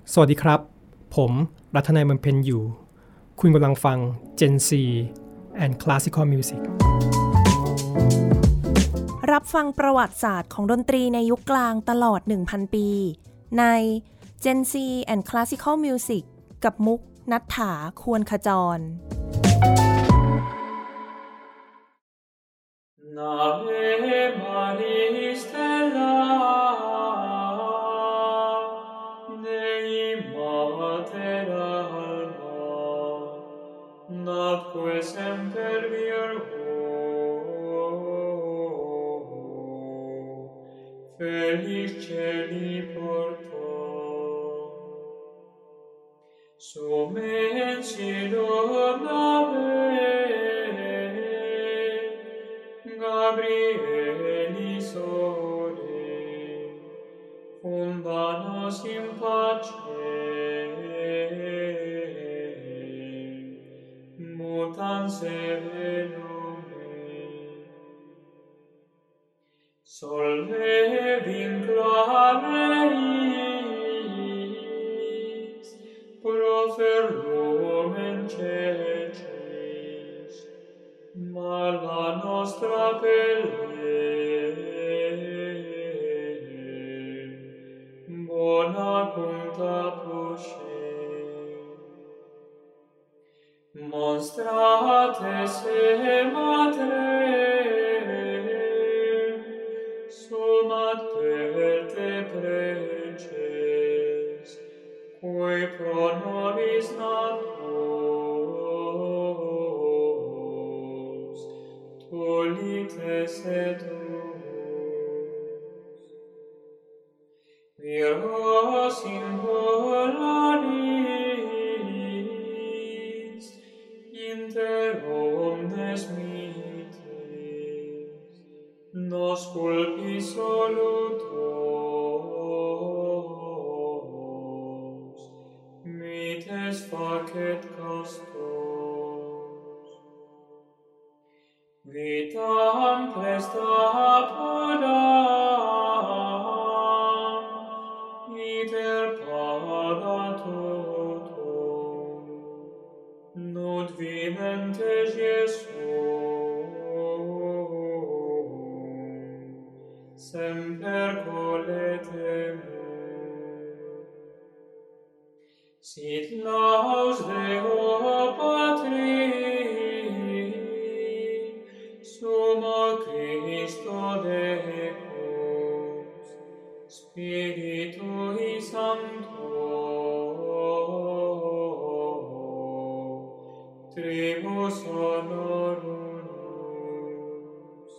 สวัสดีครับผมรัตนัยบำเพ็ญอยู่คุณกำลังฟัง Gen Z and Classical Music รับฟังประวัติศาสตร์ของดนตรีในยุคกลางตลอด 1,000 ปีใน Gen Z and Classical Music กับมุกณัฐฐา ควรขจร Natque semper Virgo, felix celi porto, sumen silum nave, Gabrielis ore, funda nos in pace, mutanse velume, solve vincula meis, profer lumen cecis, mala nostra pelle, bona cunta pusce. Monstrate se matrem, sumat perte preces, cui pro nobis natos, tulites et tuus. Virgos in inter omnes mites, nos culpi solutos, mites facet castos. Vitam presta podam, iter paga totum, nut vivente Jesum, semper coletemus. Sit laus Deo Patri, summo Christo Deus, Spiritui Sancto, tribus honorumus.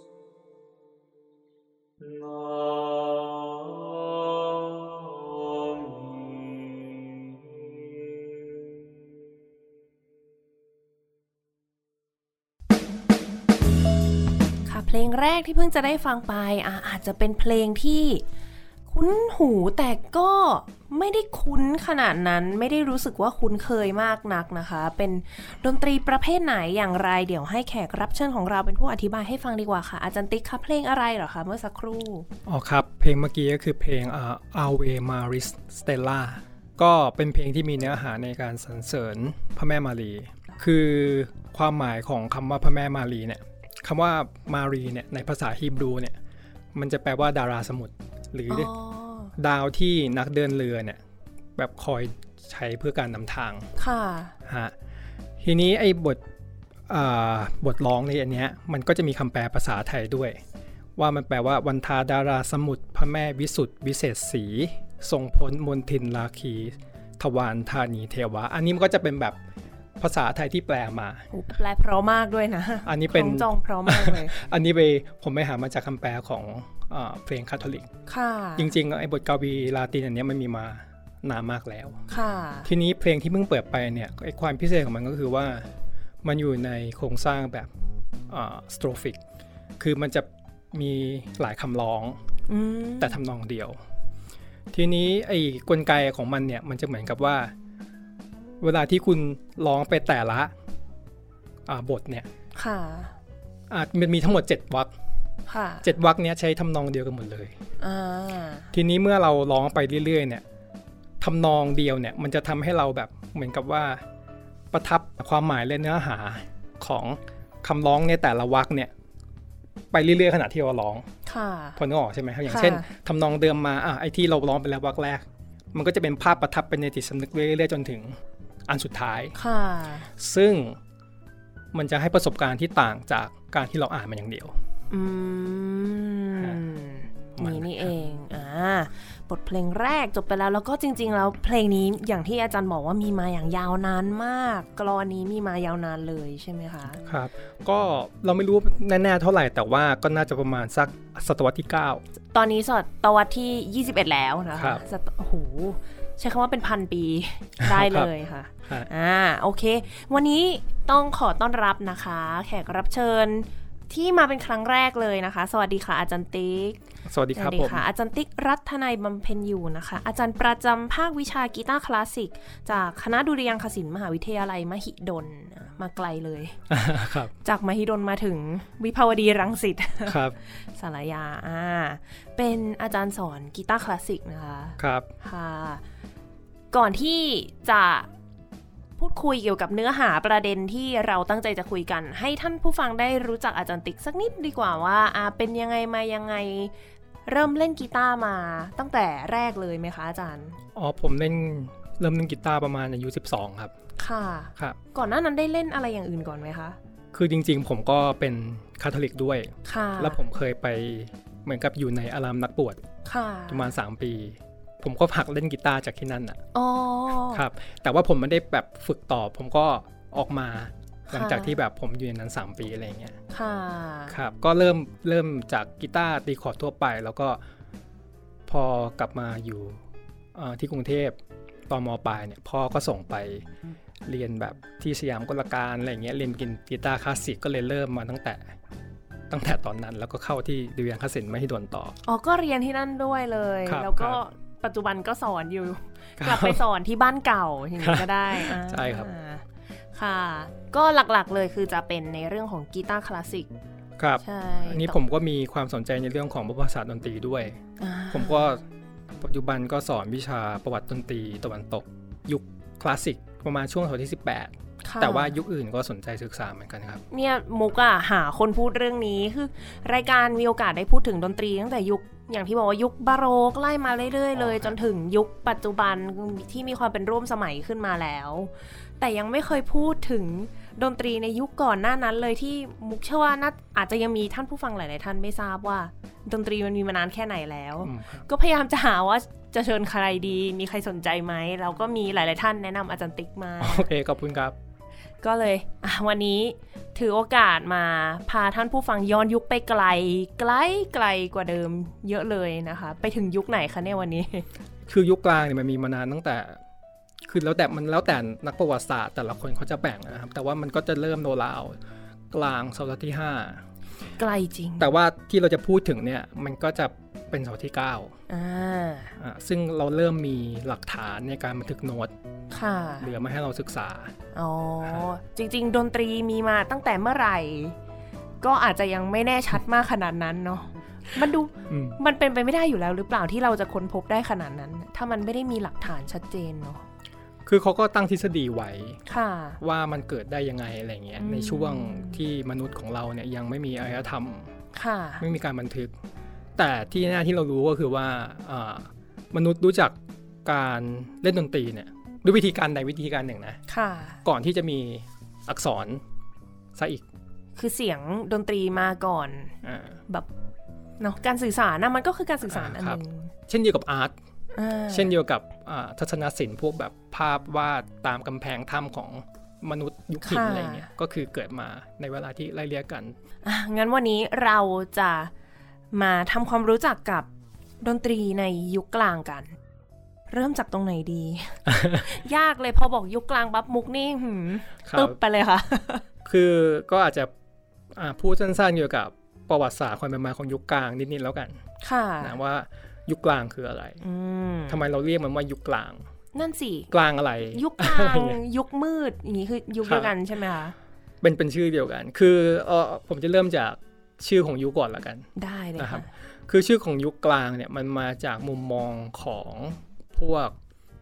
Amen. ค่ะเพลงแรกที่เพิ่งจะได้ฟังไปอาจจะเป็นเพลงที่คุ้นหูแต่ก็ไม่ได้คุ้นขนาดนั้นไม่ได้รู้สึกว่าคุ้นเคยมากนักนะคะเป็นดนตรีประเภทไหนอย่างไรเดี๋ยวให้แขกรับเชิญของเราเป็นผู้อธิบายให้ฟังดีกว่าค่ะอาจารย์ติ๊กคะเพลงอะไรเหรอคะเมื่อสักครู่ครับเพลงเมื่อกี้ก็คือเพลงAve Maris Stella ก็เป็นเพลงที่มีเนื้อหาในการสรรเสริญพระแม่มารีคือความหมายของคำว่าพระแม่มารีเนี่ยคำว่ามารีเนี่ยในภาษาฮีบรูเนี่ยมันจะแปลว่าดาราสมุทรหรือดาวที่นักเดินเรือเนี่ยแบบคอยใช้เพื่อการนำทางค่ะฮะทีนี้ไอ้บทร้องในอันเนี้ยมันก็จะมีคำแปลภาษาไทยด้วยว่ามันแปลว่าวันทาดาราสมุทรพระแม่วิสุทธิวิเศษศรีทรงพ้นมนทินราคีทวารธานีเทวะอันนี้มันก็จะเป็นแบบภาษาไทยที่แปลมาแปลเพราะมากด้วยนะอันนี้เป็นจองเพราะมากเลยอันนี้ผมไปหามาจากคำแปลของเพลงคาทอลิกจริงๆไอ้บทกวีลาตินอันนี้มันมีมานานมากแล้วทีนี้เพลงที่เพิ่งเปิดไปเนี่ยไอ้ความพิเศษของมันก็คือว่ามันอยู่ในโครงสร้างแบบสโตรฟิกคือมันจะมีหลายคำร้องแต่ทำนองเดียวทีนี้ไอ้กลไกของมันเนี่ยมันจะเหมือนกับว่าเวลาที่คุณร้องไปแต่ละบทเนี่ยมันมีทั้งหมด7วรรค7วรรคเนี้ยใช้ทำนองเดียวกันหมดเลยทีนี้เมื่อเราร้องไปเรื่อยๆเนี่ยทำนองเดียวเนี่ยมันจะทำให้เราแบบเหมือนกับว่าประทับความหมายและเนื้อหาของคำร้องในแต่ละวรรคเนี่ยไปเรื่อยๆขณะที่เราร้องพอนึกออกใช่ไหมครับอย่างเช่นทำนองเดิมมาไอ้ที่เราร้องไปแล้ววรรคแรกมันก็จะเป็นภาพประทับไปในจิตสำนึกเรื่อยๆจนถึงอันสุดท้ายซึ่งมันจะให้ประสบการณ์ที่ต่างจากการที่เราอ่านมันอย่างเดียวนี่เองบทเพลงแรกจบไปแล้วก็จริงๆแล้วเพลงนี้อย่างที่อาจารย์บอกว่ามีมาอย่างยาวนานมากกลอนนี้มีมายาวนานเลยใช่ไหมคะครับก็เราไม่รู้แน่ๆเท่าไหร่แต่ว่าก็น่าจะประมาณสักศตวรรษที่9 ตอนนี้ศตวรรษที่21แล้วนะคะโอ้โหใช้คำว่าเป็นพันปีได้เลยค่ะโอเควันนี้ต้องขอต้อนรับนะคะแขกรับเชิญที่มาเป็นครั้งแรกเลยนะคะสวัสดีค่ะอาจารย์ติ๊กสวัสดีครับผมอาจารย์ติ๊กรัตนัยบำเพ็ญอยู่นะคะอาจารย์ประจำภาควิชากีตาร์คลาสสิกจากคณะดุริยางคศิลป์มหาวิทยาลัยมหิดลมาไกลเลยจากมหิดลมาถึงวิภาวดีรังสิตสารยาเป็นอาจารย์สอนกีตาร์คลาสสิกนะคะครับค่ะก่อนที่จะพูดคุยเกี่ยวกับเนื้อหาประเด็นที่เราตั้งใจจะคุยกันให้ท่านผู้ฟังได้รู้จักอาจารย์ติ๊กสักนิดดีกว่าว่าเป็นยังไงมายังไงเริ่มเล่นกีตาร์มาตั้งแต่แรกเลยไหมคะอาจารย์ผมเริ่มเล่นกีตาร์ประมาณอายุ12ครับค่ะครับก่อนหน้านั้นได้เล่นอะไรอย่างอื่นก่อนไหมคะคือจริงๆผมก็เป็นคาทอลิกด้วยค่ะแล้วผมเคยไปเหมือนกับอยู่ในอารามนักบวชประมาณ3 ปีผมก็หักเล่นกีตาร์จากที่นั่นครับแต่ว่าผมไม่ได้แบบฝึกต่อผมก็ออกมาหลังจากที่แบบผมอยู่ในนั้น3 ปีอะไรเงี้ยครับก็เริ่มจากกีตาร์ตีคอร์ดทั่วไปแล้วก็พอกลับมาอยู่ที่กรุงเทพตอนม.ปลายเนี่ยพ่อก็ส่งไปเรียนแบบที่สยามกลการอะไรเงี้ยเรียนกีตาร์คลาสสิกก็เลยเริ่มมาตั้งแต่ตอนนั้นแล้วก็เข้าที่ดุริยางคศิลป์มหิดลต่อก็เรียนที่นั่นด้วยเลยแล้วก็ปัจจุบันก็สอนอยู่กลับไปสอนที่บ้านเก่าอย่างนี้ก็ได้ใช่ครับค่ะก็หลักๆเลยคือจะเป็นในเรื่องของกีตาร์คลาสสิกครับใช่อันนี้ผมก็มีความสนใจในเรื่องของประวัติศาสตร์ดนตรีด้วยผมก็ปัจจุบันก็สอนวิชาประวัติดนตรีตะวันตกยุคคลาสสิกประมาณช่วงศตวรรษที่18แต่ว่ายุคอื่นก็สนใจศึกษาเหมือนกันครับเนี่ยมุกหาคนพูดเรื่องนี้คือรายการมีโอกาสได้พูดถึงดนตรีตั้งแต่ยุคอย่างที่บอกว่ายุคบาโรกไล่มาเรื่อยๆเลยจนถึงยุคปัจจุบันที่มีความเป็นร่วมสมัยขึ้นมาแล้วแต่ยังไม่เคยพูดถึงดนตรีในยุคก่อนหน้านั้นเลยที่มุกเชื่อว่าอาจจะยังมีท่านผู้ฟังหลายๆท่านไม่ทราบว่าดนตรีมันมีมานานแค่ไหนแล้วก็พยายามจะหาว่าจะเชิญใครดีมีใครสนใจไหมแล้วก็มีหลายๆท่านแนะนำอาจารย์ติ๊กมาโอเคขอบคุณครับก็เลยวันนี้ถือโอกาสมาพาท่านผู้ฟังย้อนยุคไปไกลกว่าเดิมเยอะเลยนะคะไปถึงยุคไหนคะเนี่ยวันนี้คือยุคกลางเนี่ยมันมีมานานตั้งแต่คือแล้วแต่นักประวัติศาสตร์แต่ละคนเขาจะแบ่งนะครับแต่ว่ามันก็จะเริ่มราวกลางศตวรรษที่5 ไกลจริงแต่ว่าที่เราจะพูดถึงเนี่ยมันก็จะเป็นศตวรรษที่9ซึ่งเราเริ่มมีหลักฐานในการบันทึกโน้ตเหลือมาให้เราศึกษาจริงๆดนตรีมีมาตั้งแต่เมื่อไหร่ก็อาจจะยังไม่แน่ชัดมากขนาดนั้นเนาะมันเป็นไปไม่ได้อยู่แล้วหรือเปล่าที่เราจะค้นพบได้ขนาดนั้นถ้ามันไม่ได้มีหลักฐานชัดเจนเนาะคือเขาก็ตั้งทฤษฎีไว้ว่ามันเกิดได้ยังไงอะไรเงี้ยในช่วงที่มนุษย์ของเราเนี่ยยังไม่มีอารยธรรมไม่มีการบันทึกแต่ที่แน่ที่เรารู้ก็คือว่ามนุษย์รู้จักการเล่นดนตรีเนี่ยด้วยวิธีการใดวิธีการหนึ่งนะก่อนที่จะมีอักษรซะอีกคือเสียงดนตรีมาก่อนแบบเนาะการสื่อสารนะมันก็คือการสื่อสารอันนึงเช่นเดียวกับอาร์ตเช่นเดียวกับทัศนศิลป์พวกแบบภาพวาดตามกำแพงถ้ำของมนุษย์ยุคหินอะไรเงี้ยก็คือเกิดมาในเวลาที่ไล่เลี่ยกันงั้นวันนี้เราจะมาทำความรู้จักกับดนตรีในยุคกลางกันเริ่มจากตรงไหนดี ยากเลยพอบอกยุคกลางปั๊บมุกนี่ตึ๊บไปเลยค่ะคือก็อาจจะพูดสั้นๆเกี่ยวกับประวัติศาสตร์ความเป็นมาของยุคกลางนิดๆแล้วกันนะว่ายุคกลางคืออะไรทำไมเราเรียกมันว่ายุคกลางนั่นสิกลางอะไรยุคกลางยุคมืดอย่างนี้คือยุคเดียวกันใช่ไหมคะเป็นชื่อเดียวกันคือผมจะเริ่มจากชื่อของยุคก่อนละกันได้เลยนะครับคือชื่อของยุคกลางเนี่ยมันมาจากมุมมองของพวก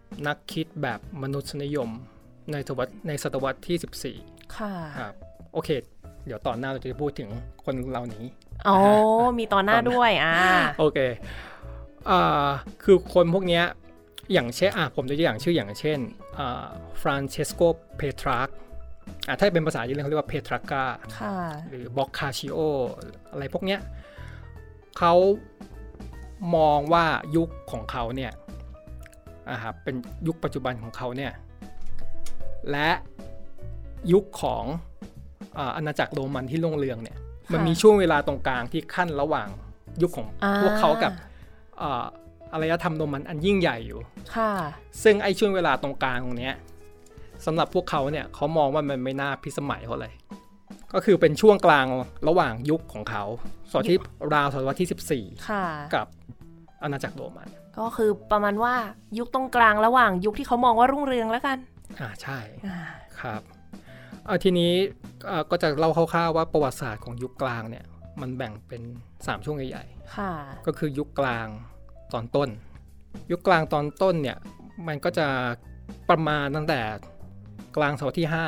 นักคิดแบบมนุษยนิยมในศตวรรษที่14 ค่ะครับโอเคเดี๋ยวตอนหน้าเราจะพูดถึงคนเหล่านี้อ๋อมีตอนหน้าด้วยโอเคคือคนพวกนี้อย่างเช่นผมจะอย่างชื่ออย่างเช่นฟรานเชสโกเพทรักถ้าเป็นภาษาญี่ปุ่นเขาเรียกว่าเพทรักกาหรือบ็อกคาชิโออะไรพวกเนี้ยเขามองว่ายุคของเขาเนี่ยเป็นยุคปัจจุบันของเขาเนี่ยและยุคของอาณาจักรโรมันที่รุ่งเรืองเนี่ยมันมีช่วงเวลาตรงกลางที่ขั้นระหว่างยุคของพวกเขากับอารยธรรมโรมันอันยิ่งใหญ่อยู่ซึ่งไอ้ช่วงเวลาตรงกลางตรงนี้สำหรับพวกเขาเนี่ยเขามองว่ามันไม่น่าพิสมัยเท่าไหร่ก็คือเป็นช่วงกลางระหว่างยุคของเขาศตวรรษที่ราวศตวรรษที่14กับอาณาจักรโรมันก็คือประมาณว่ายุคตรงกลางระหว่างยุคที่เขามองว่ารุ่งเรืองแล้วกันใช่ครับทีนี้ก็จะเล่าคร่าวๆว่าประวัติศาสตร์ของยุคกลางเนี่ยมันแบ่งเป็น3ช่วงใหญ่ๆก็คือยุคกลางตอนต้นยุคกลางตอนต้นเนี่ยมันก็จะประมาณตั้งแต่กลางศตวรรษที่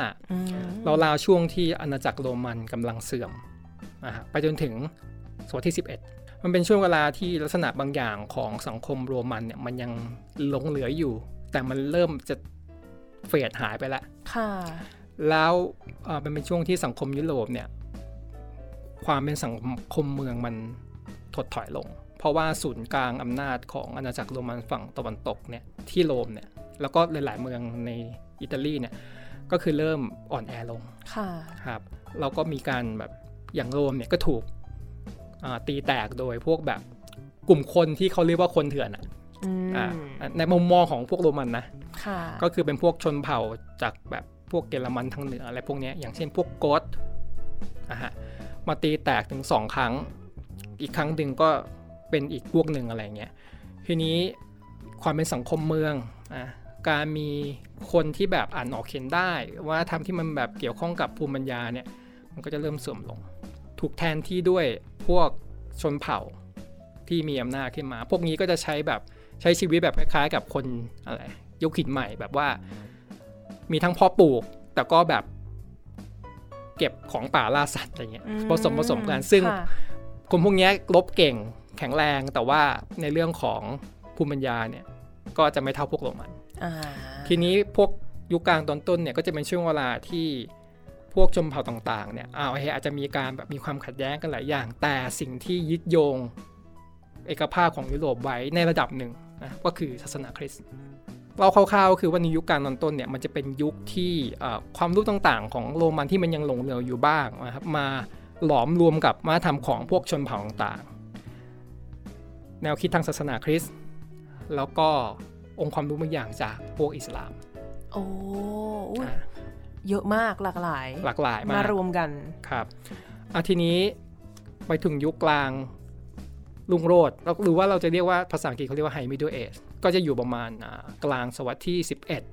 5ราวๆช่วงที่อาณาจักรโรมันกำลังเสื่อมไปจนถึงศตวรรษที่11มันเป็นช่วงเวลาที่ลักษณะบางอย่างของสังคมโรมันเนี่ยมันยังหลงเหลืออยู่แต่มันเริ่มจะเฟดหายไปแล้วแล้วมันเป็นช่วงที่สังคมยุโรปเนี่ยความเป็นสังคมเมืองมันถดถอยลงเพราะว่าศูนย์กลางอำนาจของอาณาจักรโรมันฝั่งตะวันตกเนี่ยที่โรมเนี่ยแล้วก็หลายๆเมืองในอิตาลีเนี่ยก็คือเริ่มอ่อนแอลงครับแล้วก็มีการแบบอย่างโรมเนี่ยก็ถูกตีแตกโดยพวกแบบกลุ่มคนที่เขาเรียกว่าคนเถื่อนในมุมมองของพวกโรมันนะก็คือเป็นพวกชนเผ่าจากแบบพวกเยอรมันทางเหนืออะไรพวกนี้อย่างเช่นพวกโกธมาตีแตกถึง2ครั้งอีกครั้งหนึ่งก็เป็นอีกพวกหนึ่งอะไรเงี้ยทีนี้ความเป็นสังคมเมืองการมีคนที่แบบอ่านออกเขียนได้ว่าทำที่มันแบบเกี่ยวข้องกับภูมิปัญญาเนี่ยมันก็จะเริ่มเสื่อมลงถูกแทนที่ด้วยพวกชนเผ่าที่มีอำนาจขึ้นมาพวกนี้ก็จะใช้ชีวิตแบบคล้ายๆกับคนอะไรยุคหินใหม่แบบว่ามีทั้งเพาะปลูกแต่ก็แบบเก็บของป่าล่าสัตว์อะไรเงี้ยผสมกันซึ่งคนพวกนี้รบเก่งแข็งแรงแต่ว่าในเรื่องของภูมิปัญญาเนี่ยก็จะไม่เท่าพวกโรมันทีนี้พวกยุคกลางตอนต้นเนี่ยก็จะเป็นช่วงเวลาที่พวกชนเผ่าต่างๆเนี่ยอาจจะมีการแบบมีความขัดแย้งกันหลายอย่างแต่สิ่งที่ยึดโยงเอกภาพของยุโรปไว้ในระดับหนึ่งนะก็คือศาสนาคริสต์เราคร่าวๆคือว่าในยุคกลางตอนต้นเนี่ยมันจะเป็นยุคที่ความรู้ต่างๆของโรมันที่มันยังหลงเหลืออยู่บ้างนะครับมาหลอมรวมกับวัฒนธรรมของพวกชนเผ่าต่างๆแนวคิดทางศาสนาคริสต์แล้วก็องค์ความรู้บางอย่างจากพวกอิสลามโอ้เยอะมากหลากหลายมารวมกันครับทีนี้ไปถึงยุคกลางรุ่งโรจน์หรือว่าเราจะเรียกว่าภาษาอังกฤษเขาเรียกว่า High Middle Age ก็จะอยู่ประมาณกลางศตวรรษที่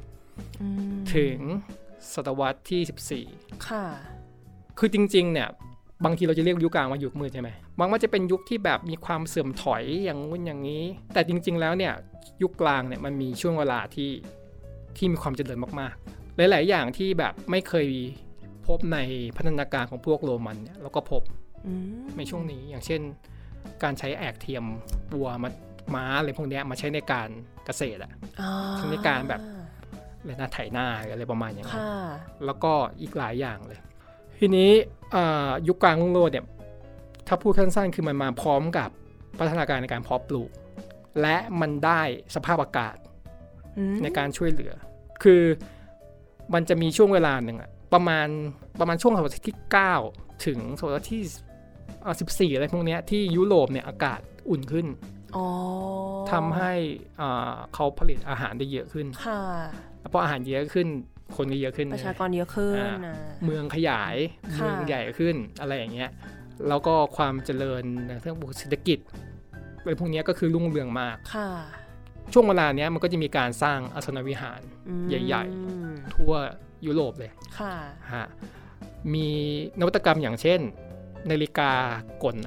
11ถึงศตวรรษที่14ค่ะคือจริงๆเนี่ยบางทีเราจะเรียกยุคกลางว่ายุคมืดใช่ไหมบางว่าจะเป็นยุคที่แบบมีความเสื่อมถอยอย่างนู้นอย่างนี้แต่จริงๆแล้วเนี่ยยุคกลางเนี่ยมันมีช่วงเวลาที่มีความเจริญมากๆหลายๆอย่างที่แบบไม่เคยพบในพัฒนาการของพวกโรมันเนี่ยเราก็พบในช่วงนี้อย่างเช่นการใช้แอกเทียมวัวม้าอะไรพวกนี้มาใช้ในการเกษตรใช้ในการแบบอะไรนะไถนาอะไรประมาณอย่างนี้แล้วก็อีกหลายอย่างเลยทีนี้ยุคกลางรุ่งโรจน์เนี่ยถ้าพูดสั้นๆคือมันมาพร้อมกับพัฒนาการในการเพาะปลูกและมันได้สภาพอากาศในการช่วยเหลือคือมันจะมีช่วงเวลาหนึ่งประมาณช่วงศตวรรษที่9ถึงศตวรรษที่14อะไรพวกนี้ที่ยุโรปเนี่ยอากาศอุ่นขึ้นทำให้เขาผลิตอาหารได้เยอะขึ้นเพราะอาหารเยอะขึ้นคนก็เยอะขึ้นประชากรเยอะขึ้นเมืองขยายเมืองใหญ่ขึ้นอะไรอย่างเงี้ยแล้วก็ความเจริญในเรื่องเศรษฐกิจอะไรพวกนี้ก็คือรุ่งเรืองมากช่วงเวลาเนี้ยมันก็จะมีการสร้างอาสนวิหารใหญ่ๆทั่วยุโรปเลยมีนวัตกรรมอย่างเช่นนาฬิกากล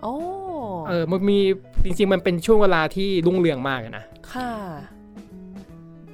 มันมีจริงๆมันเป็นช่วงเวลาที่รุ่งเรืองมากนะ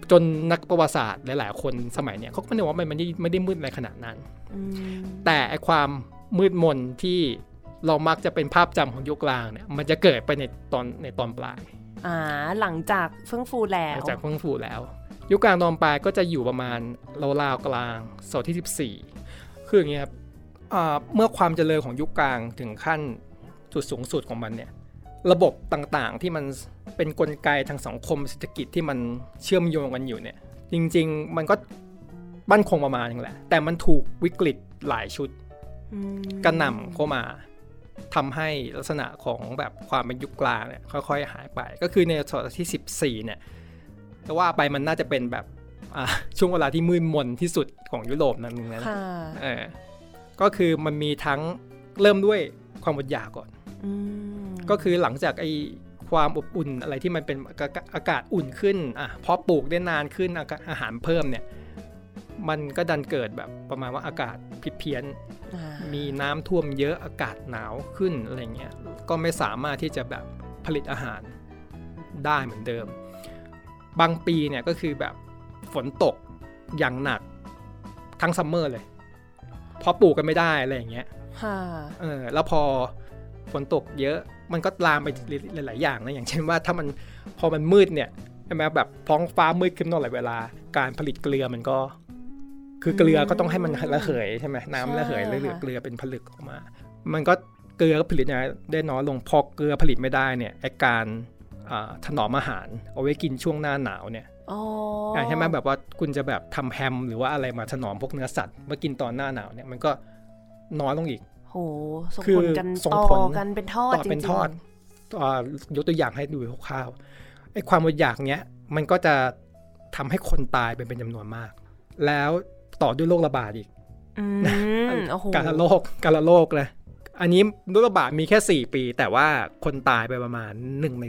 จนนักประวัติศาสตร์หลายๆคนสมัยเนี้ยเขาก็ไม่ได้ว่ามันไม่ได้มืดอะไรขนาดนั้นแต่ไอความมืดมนที่เรามักจะเป็นภาพจำของยุคกลางเนี่ยมันจะเกิดไปในตอนปลายหลังจากเฟื่องฟูแล้วยุคกลางตอนปลายก็จะอยู่ประมาณราวๆกลางศตวรรษที่14คืออย่างนี้ครับเมื่อความเจริญของยุคกลางถึงขั้นจุดสูงสุดของมันเนี่ยระบบต่างๆที่มันเป็นกลไกทางสังคมเศรษฐกิจที่มันเชื่อมโยงกันอยู่เนี่ยจริงๆมันก็มั่นคงประมาณนึงแหละแต่มันถูกวิกฤตหลายชุดกระหน่ำเข้ามาทำให้ลักษณะของแบบความเป็นยุคกลางเนี่ยค่อยๆหายไปก็คือในศตวรรษที่14เนี่ยแต่ว่าไปมันน่าจะเป็นแบบช่วงเวลาที่มืดมนที่สุดของยุโรปนั่นเองนะก็คือมันมีทั้งเริ่มด้วยความอดอยากก่อนก็คือหลังจากไอ้ความอบอุ่นอะไรที่มันเป็นอากาศอุ่นขึ้นพอปลูกได้นานขึ้นอาหารเพิ่มเนี่ยมันก็ดันเกิดแบบประมาณว่าอากาศผิดเพี้ยนมีน้ำท่วมเยอะอากาศหนาวขึ้นอะไรเงี้ยก็ไม่สามารถที่จะแบบผลิตอาหารได้เหมือนเดิมบางปีเนี่ยก็คือแบบฝนตกอย่างหนักทั้งซัมเมอร์เลยพอปลูกกันไม่ได้อะไรอย่างเงี้ยแล้วพอฝนตกเยอะมันก็ลามไปหลายๆอย่างนะอย่างเช่นว่าถ้ามันพอมันมืดเนี่ยใช่ไหมแบบท้องฟ้ามืดขึ้นตลอดเวลาการผลิตเกลือมันก็คือเกลือก็ต้องให้มันระเหยใช่ไหมน้ำระเหยแล้วเหลือเกลือเป็นผลึกออกมามันก็เกลือก็ผลิตได้น้อยลงพอเกลือผลิตไม่ได้เนี่ยไอ้การถนอมอาหารเอาไว้กินช่วงหน้าหนาวเนี่ยใช่ไหมแบบว่าคุณจะแบบทำแฮมหรือว่าอะไรมาถนอมพวกเนื้อสัตว์เมื่อกินตอนหน้าหนาวเนี่ยมันก็น้อยลงอีกโหส่งผลกันต่อกันเป็นทอดจริงๆเป็นทอดยกตัวอย่างให้ดูคร่าวๆไอ้ความอดอยากเนี้ยมันก็จะทำให้คนตายเป็นจำนวนมากแล้วต่อด้วยโรคระบาดอีกการละโรคนะอันนี้โรคระบาดมีแค่4ปีแต่ว่าคนตายไปประมาณ1 ใน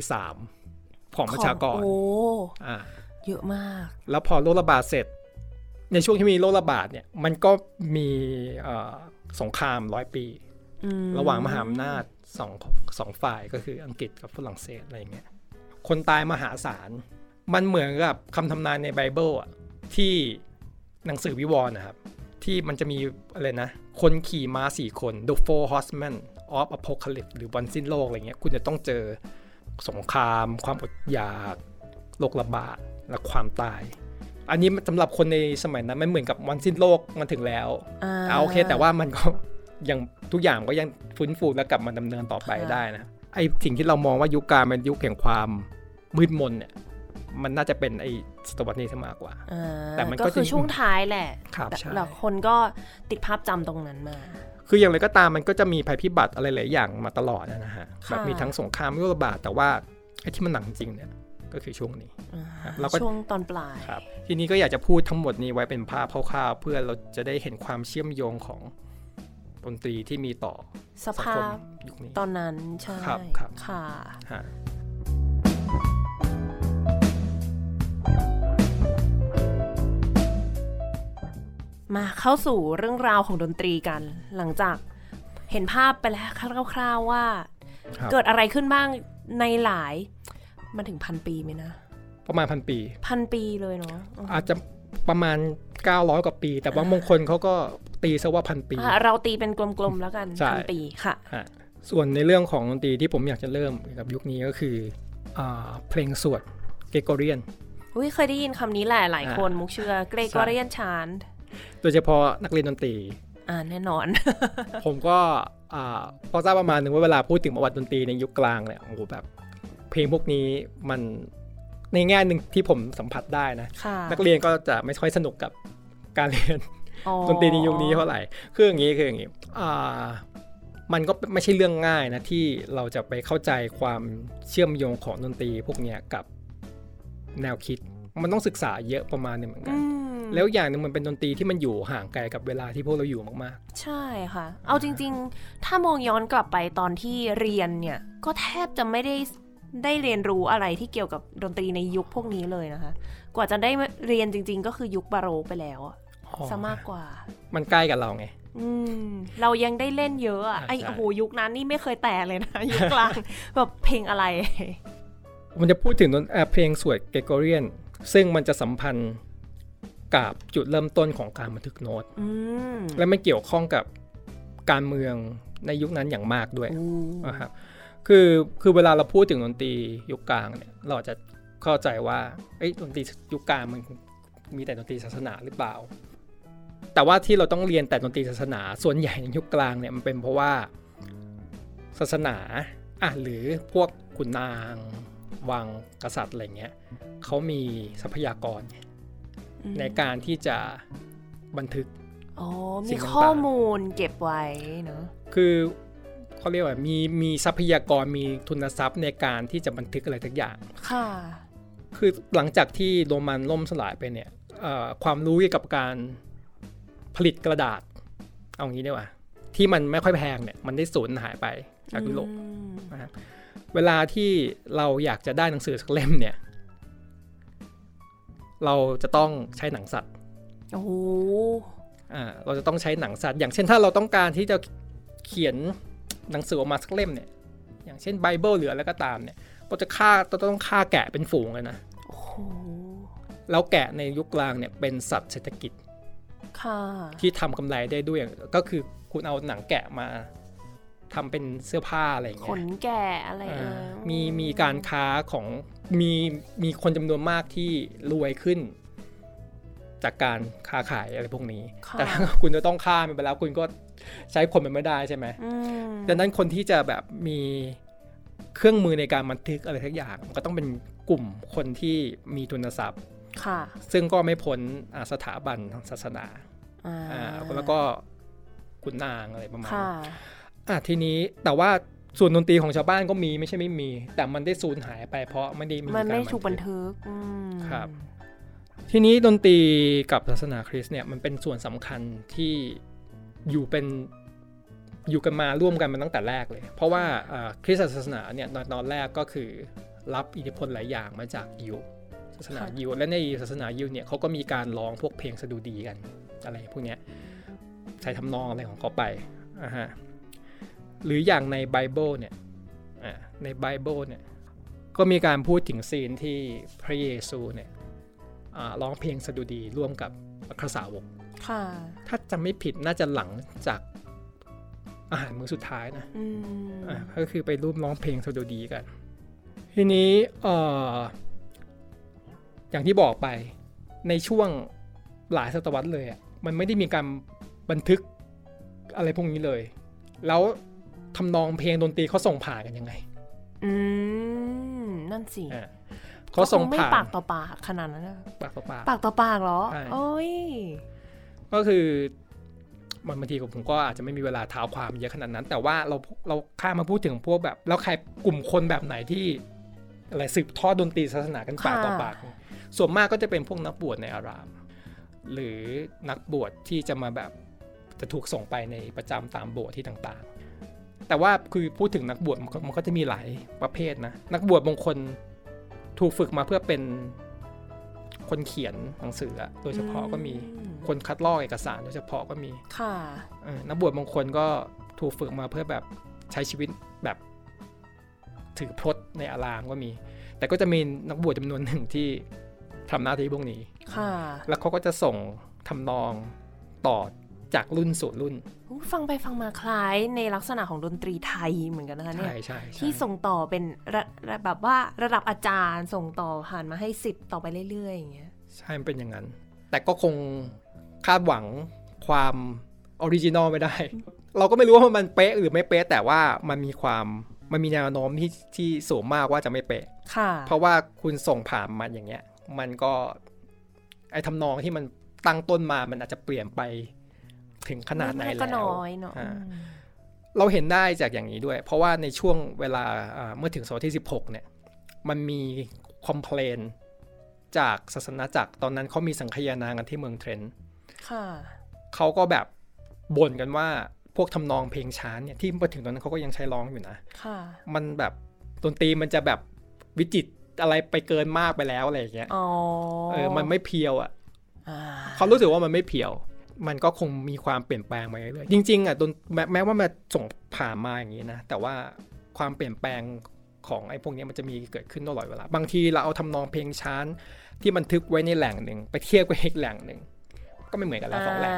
3ของประชากรเยอะมากแล้วพอโรคระบาดเสร็จในช่วงที่มีโรคระบาดเนี่ยมันก็มีสงคราม100 ปีระหว่างมหาอำนาจสองฝ่ายก็คืออังกฤษกับฝรั่งเศสอะไรเงี้ยคนตายมหาศาลมันเหมือนกับคำทำนายในไบเบิลที่หนังสือวิวรณ์นะครับที่มันจะมีอะไรนะคนขี่ม้า4 คน The Four Horsemen of Apocalypse หรือวันสิ้นโลกอะไรเงี้ยคุณจะต้องเจอสงครามความอดอยากโรคระบาดและความตายอันนี้สำหรับคนในสมัยนั้นมันเหมือนกับวันสิ้นโลกมันถึงแล้วโอเคแต่ว่ามันก็ยังทุกอย่างก็ยังฟื้นฟูและกลับมาดำเนินต่อไปได้นะไอ้สิ่งที่เรามองว่ายุคกลางเป็นยุคแห่งความมืดมนเนี่ยมันน่าจะเป็นไอ้ศตวรรษนี้ซะมากกว่าแต่มันก็คือช่วงท้ายแหละแล้วคนก็ติดภาพจำตรงนั้นมาคืออย่างไรก็ตามมันก็จะมีภัยพิบัติอะไรหลายอย่างมาตลอดนะฮะแบบมีทั้งสงครามโรคระบาดแต่ว่าไอ้ที่มันหนักจริงเนี่ยก็คือช่วงนี้ช่วงตอนปลายครับทีนี้ก็อยากจะพูดทั้งหมดนี้ไว้เป็นภาพคร่าวๆเพื่อเราจะได้เห็นความเชื่อมโยงของดนตรีที่มีต่อสภาพยุคนี้ตอนนั้นใช่ค่ะมาเข้าสู่เรื่องราวของดนตรีกันหลังจากเห็นภาพไปแล้วคร่าวๆว่าเกิดอะไรขึ้นบ้างในหลายมันถึง1,000 ปีไหมนะประมาณ1,000 ปี 1,000 ปีเลยเนาะอาจจะประมาณ900 กว่าปีแต่ว่าบางคนเขาก็ตีซะว่า1,000 ปีเราตีเป็นกลมๆแล้วกัน1,000 ปีค่ะส่วนในเรื่องของดนตรีที่ผมอยากจะเริ่มกับยุคนี้ก็คือเพลงสวดเกรโกเรียนเคยได้ยินคำนี้แหละหลายคนมุกเชื่อเกรโกเรียนชานต์โดยเฉพาะนักเรียนดนตรีแน่นอนผมก็พอทราบประมาณนึงว่าเวลาพูดถึงประวัติดนตรีในยุคกลางเนี่ยโอ้โหแบบเพลงพวกนี้มันในแง่นึงที่ผมสัมผัสได้นะนักเรียนก็จะไม่ค่อยสนุกกับการเรียนดนตรีในยุคนี้เท่าไหร่คืออย่างนี้มันก็ไม่ใช่เรื่องง่ายนะที่เราจะไปเข้าใจความเชื่อมโยงของดนตรีพวกนี้กับแนวคิดมันต้องศึกษาเยอะประมาณนึงเหมือนกันแล้วอย่างนึงมันเป็นดนตรีที่มันอยู่ห่างไกลกับเวลาที่พวกเราอยู่มากๆใช่ค่ะเอาจริงๆถ้ามองย้อนกลับไปตอนที่เรียนเนี่ยก็แทบจะไม่ได้เรียนรู้อะไรที่เกี่ยวกับดนตรีในยุคพวกนี้เลยนะคะกว่าจะได้เรียนจริงๆก็คือยุคบาโรกไปแล้วซะมากกว่ามันใกล้กับเราไงเรายังได้เล่นเยอะไอ้โอ้โหยุคนั้นนี่ไม่เคยแตะเลยนะยุคกลางแบบเพลงอะไรมันจะพูดถึงเพลงสวดเกรโกเรียนซึ่งมันจะสัมพันธ์กับจุดเริ่มต้นของการบันทึกโน้ตและไม่เกี่ยวข้องกับการเมืองในยุคนั้นอย่างมากด้วยนะครับคือเวลาเราพูดถึงดนตรียุคกลางเนี่ยเราจะเข้าใจว่าดนตรียุคกลางมันมีแต่ดนตรีศาสนาหรือเปล่าแต่ว่าที่เราต้องเรียนแต่ดนตรีศาสนาส่วนใหญ่ในยุคกลางเนี่ยมันเป็นเพราะว่าศาสนาหรือพวกขุนนางวังกษัตริย์อะไรเงี้ยเขามีทรัพยากรในการที่จะบันทึกมีข้อมูลเก็บไว้เนอะคือเขาเรียกว่ามีทรัพยากรมีทุนทรัพย์ในการที่จะบันทึกอะไรทุกอย่างค่ะคือหลังจากที่โรมันล่มสลายไปเนี่ยความรู้เกี่ยวกับการผลิตกระดาษเอางี้ดีกว่าที่มันไม่ค่อยแพงเนี่ยมันได้สูญหายไปจากยุโรปนะครับเวลาที่เราอยากจะได้หนังสือสักเล่มเนี่ยเราจะต้องใช้หนังสัตว์เราจะต้องใช้หนังสัตว์อย่างเช่นถ้าเราต้องการที่จะเขียนหนังสือออกมาสักเล่มเนี่ยอย่างเช่นไบเบิลหรืออะไรก็ตามเนี่ยเราต้องฆ่าแกะเป็นฝูงเลยนะแล้วแกะในยุคกลางเนี่ยเป็นสัตว์เศรษฐกิจที่ทำกำไรได้ด้วยก็คือคุณเอาหนังแกะมาทำเป็นเสื้อผ้าอะไรอย่างเงี้ยขนแกะอะไรมีการค้าของมีคนจำนวนมากที่รวยขึ้นจากการค้าขายอะไรพวกนี้แต่ถ้าคุณจะต้องฆ่ามันไปแล้วคุณก็ใช้คนมันไม่ได้ใช่ไหมดังนั้นคนที่จะแบบมีเครื่องมือในการบันทึกอะไรทุกอย่างก็ต้องเป็นกลุ่มคนที่มีทุนทรัพย์ซึ่งก็ไม่พ้นสถาบันทางศาสนาแล้วก็ขุนนางอะไรประมาณนี้ทีนี้แต่ว่าส่วนดนตรีของชาวบ้านก็มีไม่ใช่ไม่มีแต่มันได้สูญหายไปเพราะไม่ได้มีการมันไม่ถูกบันทึกครับทีนี้ดนตรีกับศาสนาคริสต์เนี่ยมันเป็นส่วนสำคัญที่อยู่กันมาร่วมกันมาตั้งแต่แรกเลยเพราะว่าคริสตศาสนาเนี่ยตอนแรกก็คือรับอิทธิพลหลายอย่างมาจากยิวศาสนายิวและในศาสนายิวเนี่ยเขาก็มีการร้องพวกเพลงสดุดีกันอะไรพวกเนี้ยใช้ทำนองอะไรของเขาไปหรืออย่างในไบเบิลเนี่ยในไบเบิลเนี่ยก็มีการพูดถึงซีนที่พระเยซูเนี่ยร้องเพลงสดุดีร่วมกับอัครสาวกถ้าจำไม่ผิดน่าจะหลังจากอาหารมื้อสุดท้ายนะก็คือไปร่วมร้องเพลงสดุดีกันทีนี้อย่างที่บอกไปในช่วงหลายศตวรรษเลยมันไม่ได้มีการบันทึกอะไรพวกนี้เลยแล้วทำนองเพลงดนตรีเขาส่งผ่านกันยังไงนั่นสิเขาส่งผ่านไม่ปากต่อปากขนาดนั้นนะปากต่อปากปากต่อปากเหรอโอ้ยก็คือบางทีผมก็อาจจะไม่มีเวลาท้าวความเยอะขนาดนั้นแต่ว่าเราข้ามมาพูดถึงพวกแบบแล้วใครกลุ่มคนแบบไหนที่อะไรสืบทอดดนตรีศาสนากันปากต่อปากส่วนมากก็จะเป็นพวกนักบวชในอารามหรือนักบวชที่จะมาแบบจะถูกส่งไปในประจำตามโบสถ์ที่ต่างๆแต่ว่าคือพูดถึงนักบวชมันก็จะมีหลายประเภทนะนักบวชบางคนถูกฝึกมาเพื่อเป็นคนเขียนหนังสือโดยเฉพาะก็มีคนคัดลอกเอกสารโดยเฉพาะก็มีนักบวชบางคนก็ถูกฝึกมาเพื่อแบบใช้ชีวิตแบบถือพจน์ในอารามก็มีแต่ก็จะมีนักบวชจำนวนหนึ่งที่ทำหน้าที่พวกนี้แล้วเขาก็จะส่งทำนองต่อจากรุ่นสู่รุ่นฟังไปฟังมาคล้ายในลักษณะของดนตรีไทยเหมือนกันนะคะเนี่ยที่ส่งต่อเป็นแบบว่าระดับอาจารย์ส่งต่อผ่านมาให้ศิษย์ต่อไปเรื่อยๆอย่างเงี้ยใช่มันเป็นอย่างนั้นแต่ก็คงคาดหวังความออริจินอลไม่ได้เราก็ไม่รู้ว่ามันเป๊ะหรือไม่เป๊ะแต่ว่ามันมีแนวโน้มที่สูงมากว่าจะไม่เป๊ะเพราะว่าคุณส่งผ่านมาอย่างเงี้ยมันก็ไอ้ทำนองที่มันตั้งต้นมามันอาจจะเปลี่ยนไปถึงขนาดไหนแล้วเราเห็นได้จากอย่างนี้ด้วยเพราะว่าในช่วงเวลาเมื่อถึงศตวรรษที่16เนี่ยมันมีคอมเพลนจากศาสนาจักรตอนนั้นเขามีสังคายนากันที่เมืองเทรนต์เขาก็แบบบ่นกันว่าพวกทำนองเพลงช้าเนี่ยที่มาถึงตอนนั้นเขาก็ยังใช้ร้องอยู่นะมันแบบดนตรีมันจะแบบวิจิตรอะไรไปเกินมากไปแล้วอะไรอย่างเงี้ยมันไม่เพียวเขารู้สึกว่ามันไม่เพียวมันก็คงมีความเปลี่ยนแปลงมาเรื่อยๆจริงๆแม้ว่ามันส่งผ่านมาอย่างนี้นะแต่ว่าความเปลี่ยนแปลงของไอ้พวกนี้มันจะมีเกิดขึ้นตลอดเวลาบางทีเราเอาทำนองเพลงช้าที่บันทึกไว้ในแหล่งหนึ่งไปเทียบกับอีกแหล่งหนึ่งก็ไม่เหมือนกันแล้ว2แหล่ง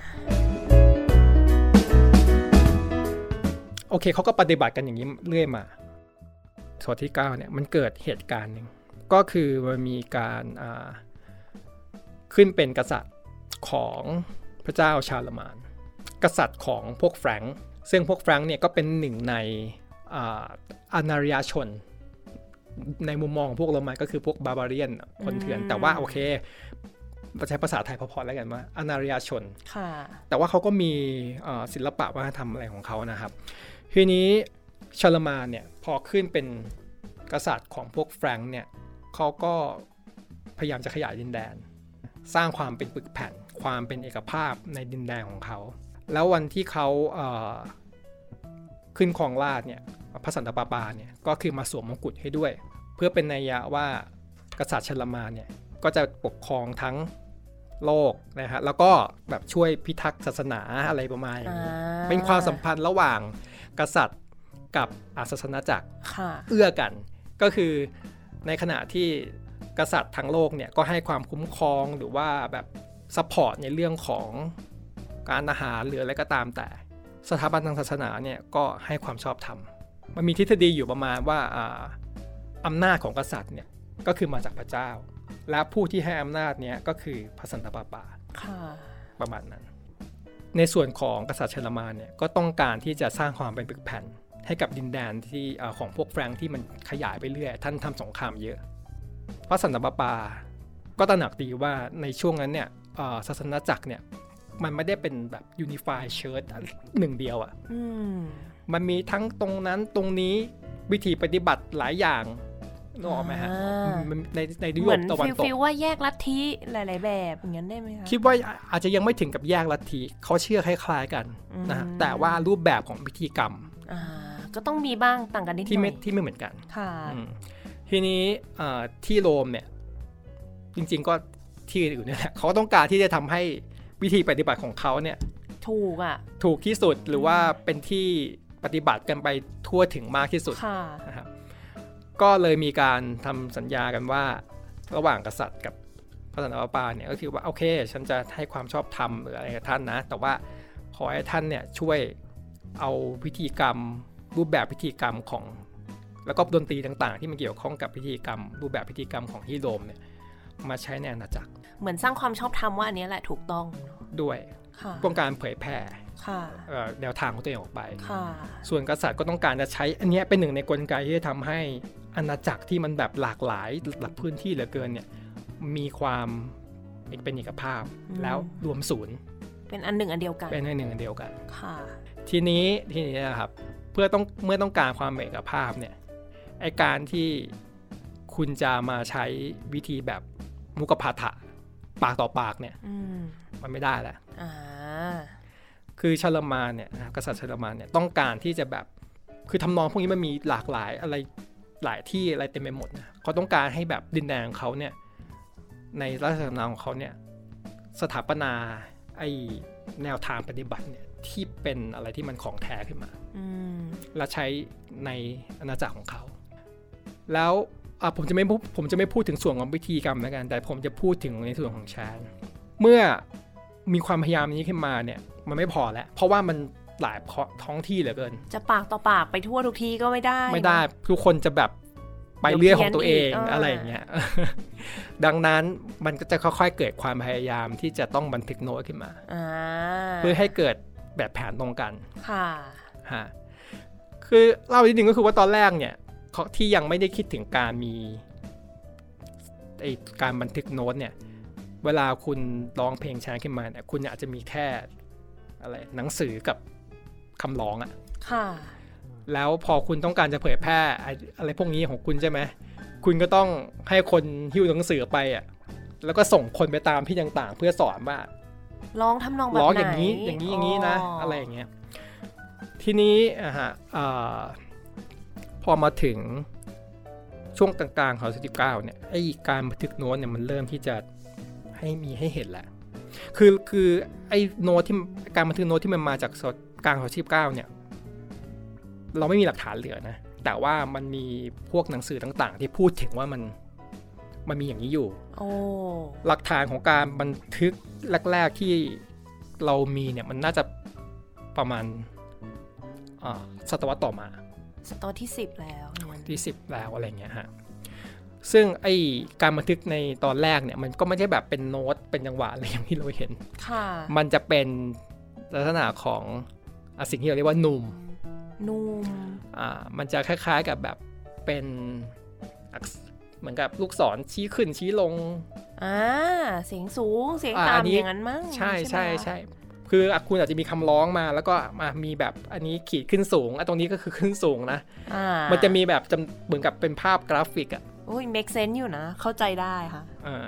โอเคเขาก็ปฏิบัติกันอย่างนี้เรื่อยมาศตวรรษที่9เนี่ยมันเกิดเหตุการณ์หนึ่งก็คือมันมีการขึ้นเป็นกษัตริย์ของพระเจ้าชาลมานกษัตริย์ของพวกแฟรงก์ซึ่งพวกแฟรงก์เนี่ยก็เป็นหนึ่งในอาณาริยชนในมุมมองของพวกโรมันก็คือพวกบาบาเรียนคนเถื่อนแต่ว่าโอเคใช้ภาษาไทยพอๆแล้วกันว่าอาณาริยชนแต่ว่าเขาก็มีศิลปะวัฒนธรรมอะไรของเขานะครับทีนี้ชาลมานเนี่ยพอขึ้นเป็นกษัตริย์ของพวกแฟรงก์เนี่ยเขาก็พยายามจะขยายดินแดนสร้างความเป็นปึกแผ่นความเป็นเอกภาพในดินแดนของเขาแล้ววันที่เขาขึ้นครองราชเนี่ยพระสันตะปาปาเนี่ยก็คือมาสวมมงกุฎให้ด้วยเพื่อเป็นนัยยะว่ากษัตริย์ชาลมานเนี่ยก็จะปกครองทั้งโลกนะฮะแล้วก็แบบช่วยพิทักษ์ศาสนาอะไรประมาณอย่างนี้เป็นความสัมพันธ์ระหว่างกษัตริย์กับศาสนาจักรเอื้อกันก็คือในขณะที่กษัตริย์ทั้งโลกเนี่ยก็ให้ความคุ้มครองหรือว่าแบบซัพพอร์ตในเรื่องของการอาหารหรืออะไรก็ตามแต่สถาบันทางศาสนาเนี่ยก็ให้ความชอบธรรมมันมีทฤษฎีอยู่ประมาณว่าอำนาจของกษัตริย์เนี่ยก็คือมาจากพระเจ้าและผู้ที่ให้อำนาจเนี่ยก็คือพระสันตะปาปาประมาณนั้นในส่วนของกษัตริย์ชาลมานเนี่ยก็ต้องการที่จะสร้างความเป็นปึกแผ่นให้กับดินแดนที่ของพวกแฟรงก์ที่มันขยายไปเรื่อยท่านทำสงครามเยอะพระสันตะปาปาก็ตระหนักดีว่าในช่วงนั้นเนี่ยศาสนาจักรเนี่ยมันไม่ได้เป็นแบบยูนิฟายเชิร์ชหนึ่งเดียวอ่ะมันมีทั้งตรงนั้นตรงนี้วิธีปฏิบัติหลายอย่างนึกออกไหมฮะในยุโรปตะวันตกเหมือนฟีลว่าแยกลัทธิหลายๆแบบอย่างนั้นได้ไหมคะคิดว่าอาจจะยังไม่ถึงกับแยกลัทธิเขาเชื่อคล้ายๆกันนะแต่ว่ารูปแบบของพิธีกรรมก็ต้องมีบ้างต่างกันนิดหน่อยที่ไม่เหมือนกันทีนี้ที่โรมเนี่ยจริงๆก็ที่อื่นนี่แหละเขาต้องการที่จะทำให้วิธีปฏิบัติของเขาเนี่ยถูกที่สุดหรือว่าเป็นที่ปฏิบัติกันไปทั่วถึงมากที่สุดนะครับก็เลยมีการทำสัญญากันว่าระหว่างกษัตริย์กับพระสันตะปาปาเนี่ยก็คือว่าโอเคฉันจะให้ความชอบธรรมหรืออะไรกับท่านนะแต่ว่าขอให้ท่านเนี่ยช่วยเอาพิธีกรรมรูปแบบพิธีกรรมของแล้วก็ดนตรีต่างๆที่มันเกี่ยวข้องกับพิธีกรรมรูปแบบพิธีกรรมของที่โรมเนี่ยมาใช้ในอาณาจักรเหมือนสร้างความชอบธรรมว่าอันนี้แหละถูกต้องด้วยต้องการเผยแผ่แนวทางของตัวเองออกไปส่วนกษัตริย์ก็ต้องการจะใช้อันนี้เป็นหนึ่งในกลไกที่จะทำให้อาณาจักรที่มันแบบหลากหลายหลักพื้นที่เหลือเกินเนี่ยมีความเป็นเอกภาพแล้วรวมศูนย์เป็นอันหนึ่งอันเดียวกันเป็นอันหนึ่งอันเดียวกันทีนี้นะครับเมื่อต้องการความเอกภาพเนี่ยไอการที่คุณจะมาใช้วิธีแบบมุขพาฐะปากต่อปากเนี่ยมันไม่ได้แล้วคือชาลมานเนี่ยกษัตริย์ชาลมานเนี่ยต้องการที่จะแบบคือทำนองพวกนี้มันมีหลากหลายอะไรหลายที่อะไรเต็มไปหมดนะเขาต้องการให้แบบดินแดนของเขาเนี่ยในราชสำนักของเขาเนี่ยสถาปนาไอแนวทางปฏิบัติเนี่ยที่เป็นอะไรที่มันของแท้ขึ้นมาและใช้ในอาณาจักรของเขาแล้วผมจะไม่พูดถึงส่วนของพิธีกรรมแล้วกันแต่ผมจะพูดถึงในส่วนของฌานเมื่อมีความพยายามนี้ขึ้นมาเนี่ยมันไม่พอแล้วเพราะว่ามันหลายท้องที่เหลือเกินจะปากต่อปากไปทั่วทุกที่ก็ไม่ได้ทุกคนจะแบบไปเรื่องของตัวเองอะไรอย่างเงี้ยดังนั้นมันก็จะค่อยๆเกิดความพยายามที่จะต้องบันทึกโน้ตขึ้นมาเพื่อให้เกิดแบบแผนตรงกันค่ะคือเล่านิดนึงก็คือว่าตอนแรกเนี่ยที่ยังไม่ได้คิดถึงการมีการบันทึกโน้ตเนี่ยเวลาคุณร้องเพลงช้าขึ้นมาเนี่ยคุณอาจจะมีแค่อะไรหนังสือกับคำร้องอ่ะแล้วพอคุณต้องการจะเผยแพร่อะไรพวกนี้ของคุณใช่ไหมคุณก็ต้องให้คนหิ้วหนังสือไปอ่ะแล้วก็ส่งคนไปตามที่ต่างๆเพื่อสอนว่าร้องทำนองแบบไหนร้องอย่างนี้นะอะไรอย่างเงี้ยทีนี้พอมาถึงช่วงกลางๆของศตวรรษที่9เนี่ยไอ้การบันทึกโน้ตเนี่ยมันเริ่มที่จะให้เห็นแหละคือไอ้โน้ตที่การบันทึกโน้ตที่มันมาจากกลางศตวรรษที่9เนี่ยเราไม่มีหลักฐานเหลือนะแต่ว่ามันมีพวกหนังสือต่างๆที่พูดถึงว่ามันมีอย่างนี้อยู่หลักฐานของการบันทึกแรกๆที่เรามีเนี่ยมันน่าจะประมาณศตวรรษต่อมาศตวรรษที่10แล้วที่10แล้วอะไรเงี้ยฮะซึ่งไอการบันทึกในตอนแรกเนี่ยมันก็ไม่ใช่แบบเป็นโน้ตเป็นจังหวะอะไรอย่างที่เราเห็นมันจะเป็นลักษณะของสิ่งที่เราเรียกว่านูมมันจะคล้ายๆกับแบบเป็นเหมือนกับลูกศรชี้ขึ้นชี้ลงเสียงสูงเสียงต่ำอย่างนั้นมั้งใช่ใช่ใช่คือคุณอาจจะมีคำร้องมาแล้วก็มามีแบบอันนี้ขีดขึ้นสูงตรงนี้ก็คือขึ้นสูงนะมันจะมีแบบเหมือนกับเป็นภาพกราฟิกโอ้ย make sense อยู่นะเข้าใจได้ค่ะ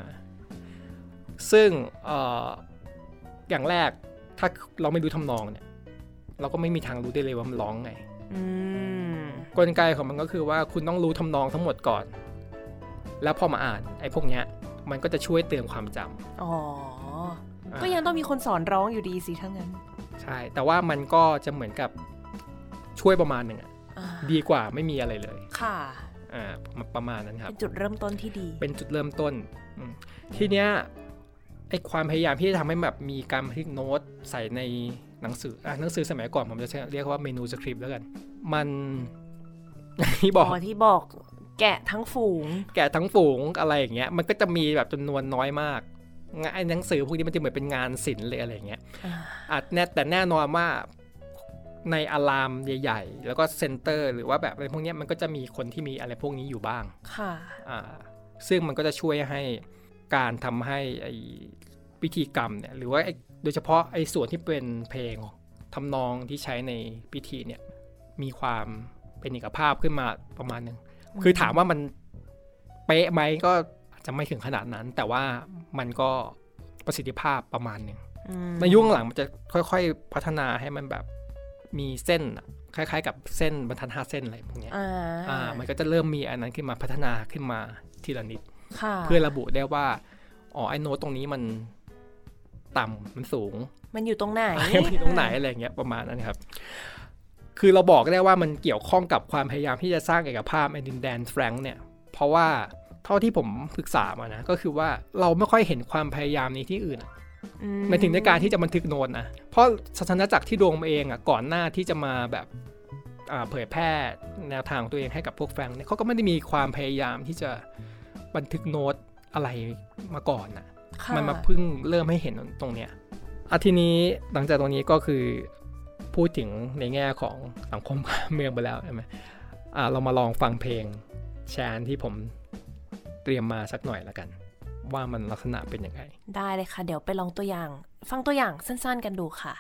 ซึ่งอย่างแรกถ้าเราไม่รู้ทำนองเนี่ยเราก็ไม่มีทางรู้ได้เลยว่ามันร้องไงกลไกของมันก็คือว่าคุณต้องรู้ทำนองทั้งหมดก่อนแล้วพอมาอ่านไอ้พวกเนี้ยมันก็จะช่วยเตือนความจำก็ยังต้องมีคนสอนร้องอยู่ดีสิทั้งนั้นใช่แต่ว่ามันก็จะเหมือนกับช่วยประมาณหนึ่งดีกว่าไม่มีอะไรเลยค่ะประมาณนั้นครับเป็นจุดเริ่มต้นที่ดีเป็นจุดเริ่มต้นทีเนี้ยไอ้ความพยายามที่จะทำให้แบบมีการบันทึกโน้ตใส่ในหนังสือสมัยก่อนผมจะเรียกว่าเมนูสคริปต์แล้วกันมันที่บอกแกะทั้งฝูงอะไรอย่างเงี้ยมันก็จะมีแบบจำนวนน้อยมากไอ้หนังสือพวกนี้มันจะเหมือนเป็นงานศิลป์เลยอะไรอย่างเงี้ยแต่แน่นอนว่าในอะลามใหญ่ๆแล้วก็เซ็นเตอร์หรือว่าแบบอะไรพวกนี้มันก็จะมีคนที่มีอะไรพวกนี้อยู่บ้างค่ะซึ่งมันก็จะช่วยให้การทำให้ไอ้พิธีกรรมเนี่ยหรือว่าโดยเฉพาะไอ้ส่วนที่เป็นเพลงทำนองที่ใช้ในพิธีเนี่ยมีความเป็นเอกภาพขึ้นมาประมาณนึงคือถามว่ามันเป๊ะไหมก็อาจจะไม่ถึงขนาดนั้นแต่ว่ามันก็ประสิทธิภาพประมาณนึงในยุคหลังมันจะค่อยๆพัฒนาให้มันแบบมีเส้นคล้ายๆกับเส้นบรรทัด5เส้นอะไรพวกนี้มันก็จะเริ่มมีอันนั้นขึ้นมาพัฒนาขึ้นมาทีละนิดเพื่อระบุได้ว่าไอ้โน้ตตรงนี้มันต่ำมันสูงมันอยู่ตรงไหนมันอยู่ตรงไหนอะไรเงี้ยประมาณนั้นครับคือเราบอกได้ว่ามันเกี่ยวข้องกับความพยายามที่จะสร้างเอกภาพในดินแดนแฟรงก์เนี่ยเพราะว่าเท่าที่ผมศึกษามานะก็คือว่าเราไม่ค่อยเห็นความพยายามนี้ที่อื่นในถึงในการที่จะบันทึกโน้ตนะเพราะศาสนาจักรที่ดวงเองก่อนหน้าที่จะมาแบบเผยแพร่แนวทางตัวเองให้กับพวกแฟรงก์เนี่ยเขาก็ไม่ได้มีความพยายามที่จะบันทึกโน้ตอะไรมาก่อนนะมันมาเพิ่งเริ่มให้เห็นตรงเนี้ยทีนี้หลังจากตรงนี้ก็คือพูดถึงในแง่ของสังคมเมืองไปแล้วใช่ไหมเรามาลองฟังเพลงแชนที่ผมเตรียมมาสักหน่อยละกันว่ามันลักษณะเป็นยังไงได้เลยค่ะเดี๋ยวไปลองตัวอย่างฟังตัวอย่างสั้นๆกันดูค่ะ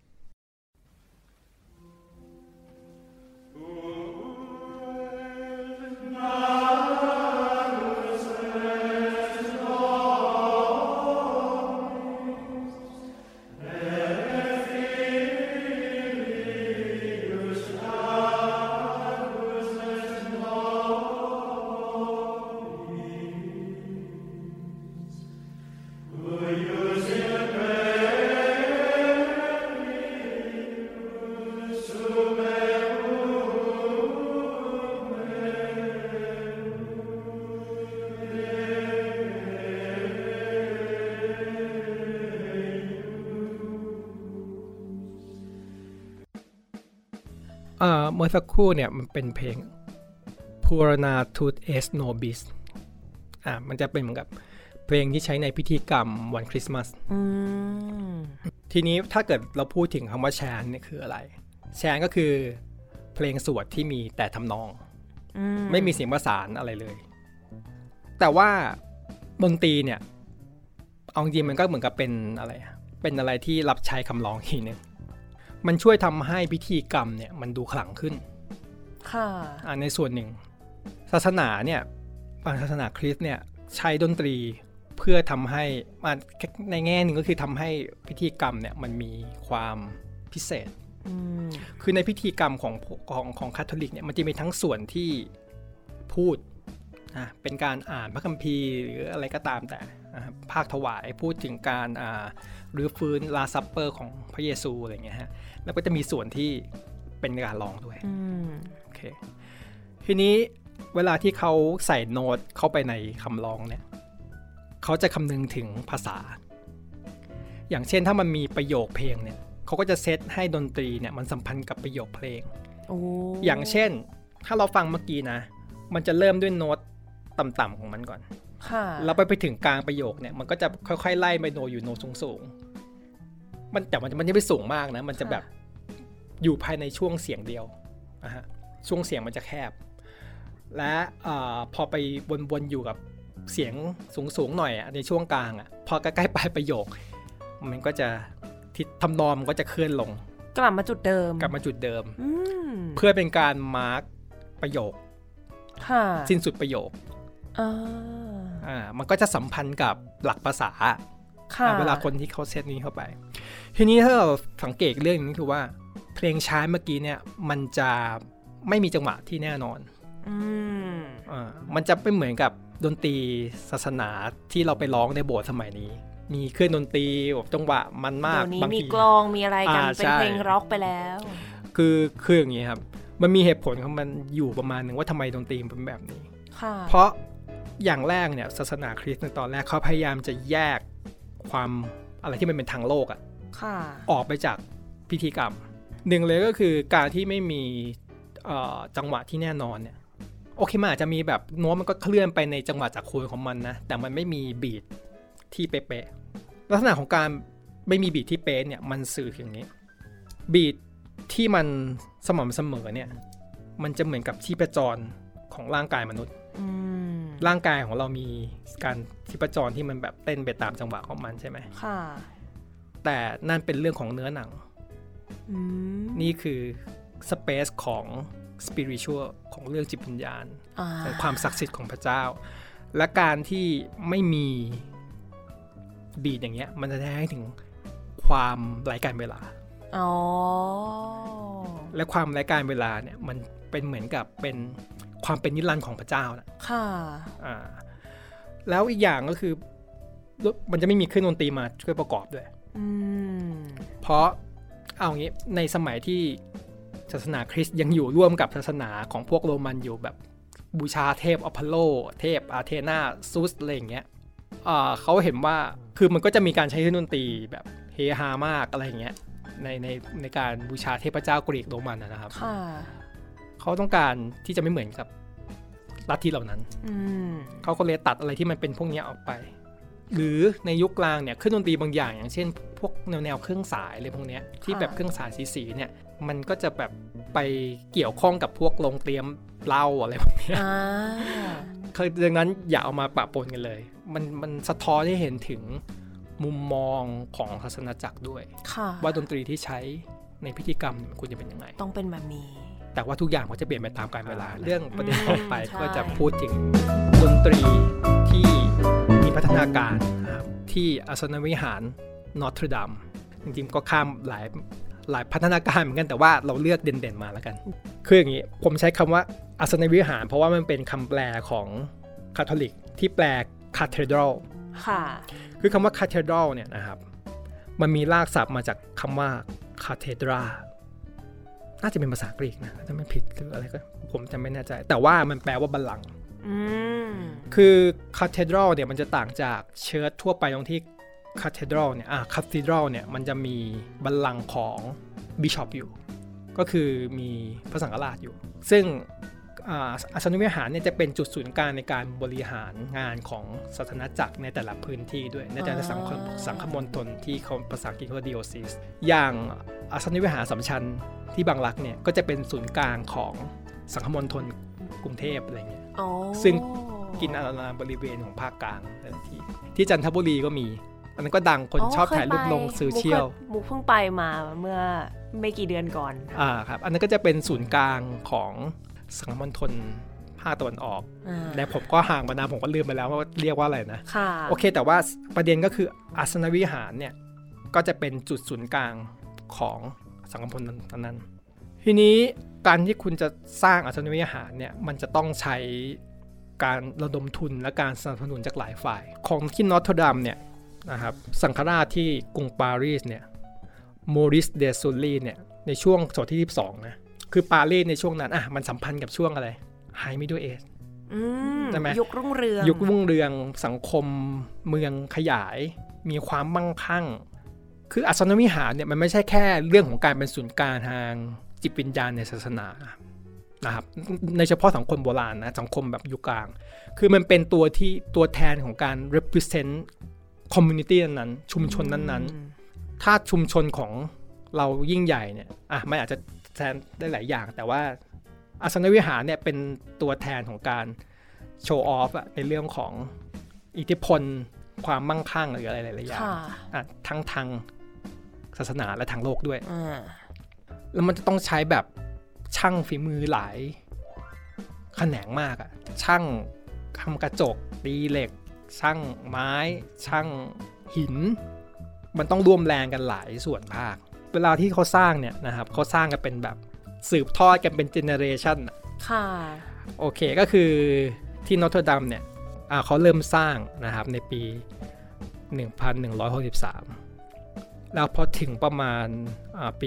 เมื่อสักครู่เนี่ยมันเป็นเพลง Purana Tut Es Nobis มันจะเป็นเหมือนกับเพลงที่ใช้ในพิธีกรรมวันคริสต์มาสทีนี้ถ้าเกิดเราพูดถึงคำว่าแชนนี่คืออะไรแชนก็คือเพลงสวดที่มีแต่ทำนองไม่มีเสียงประสานอะไรเลยแต่ว่าดนตรีเนี่ยเอาจริงมันก็เหมือนกับเป็นอะไรที่รับใช้คำร้องทีนึงมันช่วยทำให้พิธีกรรมเนี่ยมันดูขลังขึ้นค่ะในส่วนหนึ่งศาสนาเนี่ยบางศาสนาคริสต์เนี่ยใช้ดนตรีเพื่อทำให้ในแง่หนึ่งก็คือทำให้พิธีกรรมเนี่ยมันมีความพิเศษคือในพิธีกรรมของคาทอลิกเนี่ยมันจะมีทั้งส่วนที่พูดเป็นการอ่านพระคัมภีร์หรืออะไรก็ตามแต่ภาคถวายพูดถึงการรื้อฟื้นลาซัปเปอร์ของพระเยซูอะไรเงี้ยฮะแล้วก็จะมีส่วนที่เป็นการร้องด้วยโอเคทีนี้เวลาที่เขาใส่โน้ตเข้าไปในคำร้องเนี่ยเขาจะคำนึงถึงภาษาอย่างเช่นถ้ามันมีประโยคเพลงเนี่ยเขาก็จะเซตให้ดนตรีเนี่ยมันสัมพันธ์กับประโยคเพลงอย่างเช่นถ้าเราฟังเมื่อกี้นะมันจะเริ่มด้วยโน้ตต่ำๆของมันก่อนแล้วไปถึงกลางประโยคเนี่ยมันก็จะค่อยๆไล่ไปโน้ตอยู่โน้ตสูงๆมันจะไม่สูงมากนะมันจะแบบอยู่ภายในช่วงเสียงเดียวนะฮะช่วงเสียงมันจะแคบและพอไปวนๆอยู่กับเสียงสูงๆหน่อยในช่วงกลางพอใกล้ๆปลายประโยคมันก็จะทิศทำนองมันก็จะเคลื่อนลงกลับมาจุดเดิมเพื่อเป็นการมาร์กประโยคสิ้นสุดประโยคมันก็จะสัมพันธ์กับหลักภาษาเวลาคนที่เขาเซตนี้เข้าไปทีนี้ถ้าเราสังเกตเรื่องนี้คือว่าเพลงช้าเมื่อกี้เนี่ยมันจะไม่มีจังหวะที่แน่นอนมันจะไม่เหมือนกับดนตรีศาสนาที่เราไปร้องในโบสถ์สมัยนี้มีเครื่องดนตรีจังหวะมันมากบางทีมีกลองมีอะไรกันเป็นเพลงร็อกไปแล้วคืออย่างนี้ครับมันมีเหตุผลของมันอยู่ประมาณนึงว่าทำไมดนตรีเป็นแบบนี้เพราะอย่างแรกเนี่ยศาสนาคริสต์ในตอนแรกเขาพยายามจะแยกความอะไรที่มันเป็นทางโลกออกไปจากพิธีกรรมหนึ่งเลยก็คือการที่ไม่มีจังหวะที่แน่นอนเนี่ยโอเคมันอาจจะมีแบบโน้ตมันก็เคลื่อนไปในจังหวะจากโคของมันนะแต่มันไม่มีบีทที่เป๊ะๆลักษณะของการไม่มีบีทที่เป๊ะเนี่ยมันสื่ออย่างนี้บีทที่มันสม่ำเสมอเนี่ยมันจะเหมือนกับชีพจรของร่างกายมนุษย์ร่างกายของเรามีการชีพจรที่มันแบบเต้นไปตามจังหวะของมันใช่ไหมค่ะแต่นั่นเป็นเรื่องของเนื้อหนังนี่คือสเปซของสปิริตชัวลของเรื่องจิตวิญญาณของความศักดิ์สิทธิ์ของพระเจ้าและการที่ไม่มีบีทอย่างเงี้ยมันจะแสดงถึงความไร้การเวลาและความไร้การเวลาเนี่ยมันเป็นเหมือนกับเป็นความเป็นนิรันดร์ของพระเจ้านะค่ะแล้วอีกอย่างก็คือมันจะไม่มีเครื่องดนตรีมาช่วยประกอบด้วยเพราะเอางี้ในสมัยที่ศาสนาคริสต์ยังอยู่ร่วมกับศาสนาของพวกโรมันอยู่แบบบูชาเทพอพอลโลเทพอาเธนาซุสอะไรอย่างเงี้ยเขาเห็นว่าคือมันก็จะมีการใช้เครื่องดนตรีแบบเฮฮามากอะไรอย่างเงี้ยในการบูชาเทพเจ้ากรีกโรมันนะครับเขาต้องการที่จะไม่เหมือนกับลัทธิเหล่านั้นเขาก็เลยตัดอะไรที่มันเป็นพวกนี้ออกไปหรือในยุคกลางเนี่ยเครื่องดนตรีบางอย่างอย่างเช่นพวกแนวเครื่องสายอะไรพวกนี้ที่แบบเครื่องสายสีเนี่ยมันก็จะแบบไปเกี่ยวข้องกับพวกโรงเตรียมเหล้าอะไรพวกนี้คือดังนั้นอย่าเอามาปะปนกันเลยมันสะท้อนให้เห็นถึงมุมมองของศาสนาจักรด้วยว่าดนตรีที่ใช้ในพิธีกรรมควรจะเป็นยังไงต้องเป็นแบบนี้แต่ว่าทุกอย่างมันจะเปลี่ยนไปตามกาลเวลาเรื่องประเด็นต่อไปก็จะพูดถึงดนตรีที่มีพัฒนาการที่อัศนวิหารนอตรดามจริงๆก็ข้ามหลายพัฒนาการเหมือนกันแต่ว่าเราเลือกเด่นๆมาแล้วกันคืออย่างนี้ผมใช้คำว่าอัศนวิหารเพราะว่ามันเป็นคำแปลของคาทอลิกที่แปล cathedral ค่ะคือคำว่า cathedral เนี่ยนะครับมันมีรากศัพท์มาจากคำว่า cathedra น่าจะเป็นภาษากรีกนะถ้าไม่ผิดหรืออะไรก็ผมจำไม่แน่ใจแต่ว่ามันแปลว่าบัลลังก์คือ cathedral เนี่ยมันจะต่างจากเชิร์ชทั่วไปตรงที่ cathedral เนี่ยcathedral เนี่ยมันจะมีบัลลังก์ของบิชอปอยู่ก็คือมีพระสังฆราชอยู่ซึ่งอัศนวิหารเนี่ยจะเป็นจุดศูนย์กลางในการบริหารงานของศาสนาจักรในแต่ละพื้นที่ด้วยในแต่ละสังคมณฑลที่เขาภาษาอังกฤษเรียกว่า diocese อย่างอัศนวิหารสัมชัญที่บางรักเนี่ยก็จะเป็นศูนย์กลางของสังคมณฑลกรุงเทพอะไรเงี้ยซึ่งกินอาณาบริเวณของภาคกลางที่จันทบุรีก็มีอันนั้นก็ดังคนชอบถ่ายรูปลงโซเชียลมุกเพิ่งไปมาเมื่อไม่กี่เดือนก่อนครับอันนั้นก็จะเป็นศูนย์กลางของสังคมณฑลภาคตะวันออกแต่ผมก็ห่างมานานผมก็ลืมไปแล้วว่าเรียกว่าอะไรนะโอเคแต่ว่าประเด็นก็คืออัศนวิหารเนี่ยก็จะเป็นจุดศูนย์กลางของสังคมณฑลนั้นทีนี้การที่คุณจะสร้างอัศนวิหารเนี่ยมันจะต้องใช้การระดมทุนและการสนับสนุนจากหลายฝ่ายของที่นอตรดามเนี่ยนะครับสังฆราชที่กรุงปารีสเนี่ยโมริสเดซูลีเนี่ยในช่วงศตวรรษที่22นะคือปารีสในช่วงนั้นมันสัมพันธ์กับช่วงอะไรไฮมิดเดิลเอจใช่ไหมยุครุ่งเรืองสังคมเมืองขยายมีความมั่งคั่งคืออัศนวิหารเนี่ยมันไม่ใช่แค่เรื่องของการเป็นศูนย์กลางทางจิตวิญญาณในศาสนานะครับในเฉพาะสังคมโบราณนะสังคมแบบยุคกลางคือมันเป็นตัวแทนของการ represent community นั้นชุมชนนั้นๆถ้าชุมชนของเรายิ่งใหญ่เนี่ยมันอาจจะแทนได้หลายอย่างแต่ว่าอาสนวิหารเนี่ยเป็นตัวแทนของการโชว์ออฟในเรื่องของอิทธิพลความมั่งคั่งหรืออะไรหลายๆอย่างทั้งทางศาสนาและทางโลกด้วยแล้วมันจะต้องใช้แบบช่างฝีมือหลายแขนงมากช่างทำกระจกตีเหล็กช่างไม้ช่างหินมันต้องร่วมแรงกันหลายส่วนภาคเวลาที่เขาสร้างเนี่ยนะครับเขาสร้างกันเป็นแบบสืบทอดกันเป็นเจเนเรชันค่ะโอเคก็คือที่นอตเทอร์ดัมเนี่ยเขาเริ่มสร้างนะครับในปี 1163 แล้วพอถึงประมาณปี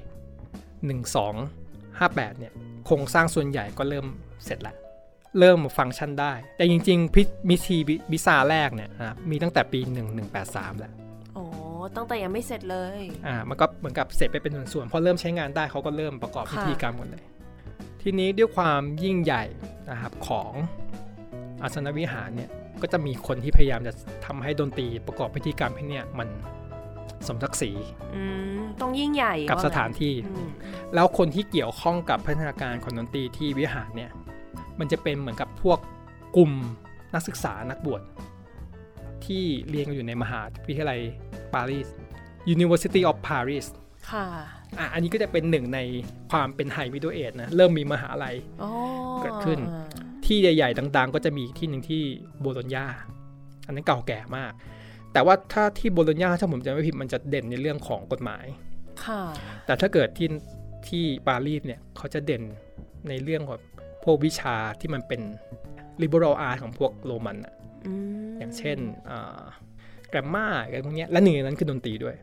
1258 เนี่ยโครงสร้างส่วนใหญ่ก็เริ่มเสร็จแล้วเริ่มฟังก์ชันได้แต่จริงๆมิธีวิซาแรกเนี่ยนะมีตั้งแต่ปี 1183 แล้วตั้งแต่ยังไม่เสร็จเลยมันก็เหมือนกับเสร็จไปเป็นส่วนพอเริ่มใช้งานได้เขาก็เริ่มประกอบพิธีกรรมหมดเลยทีนี้ด้วยความยิ่งใหญ่นะครับของอาสนวิหารเนี่ยก็จะมีคนที่พยายามจะทำให้ดนตรีประกอบพิธีกรรมให้เนี่ยมันสมศักดิ์ศรีต้องยิ่งใหญ่กับสถานที่แล้วคนที่เกี่ยวข้องกับพัฒนาการของดนตรีที่วิหารเนี่ยมันจะเป็นเหมือนกับพวกกลุ่มนักศึกษานักบวชที่เรียนอยู่ในมหาวิทยาลัยปารีส University of Paris ค่ะอันนี้ก็จะเป็นหนึ่งในความเป็นไฮมิดเดิลเอจนะเริ่มมีมหาลัยเกิดขึ้นที่ใหญ่ๆดังๆก็จะมีที่หนึ่งที่โบโลญญาอันนั้นเก่าแก่มากแต่ว่าถ้าที่โบโลญญาถ้าผมจำไม่ผิดมันจะเด่นในเรื่องของกฎหมายค่ะแต่ถ้าเกิดที่ปารีสเนี่ยเขาจะเด่นในเรื่องของพวกวิชาที่มันเป็น liberal art ของพวกโรมันอย่างเช่นแกรมมาอะไรพวกนี้และหนึ่งในนั้นคือดนตรีด้วย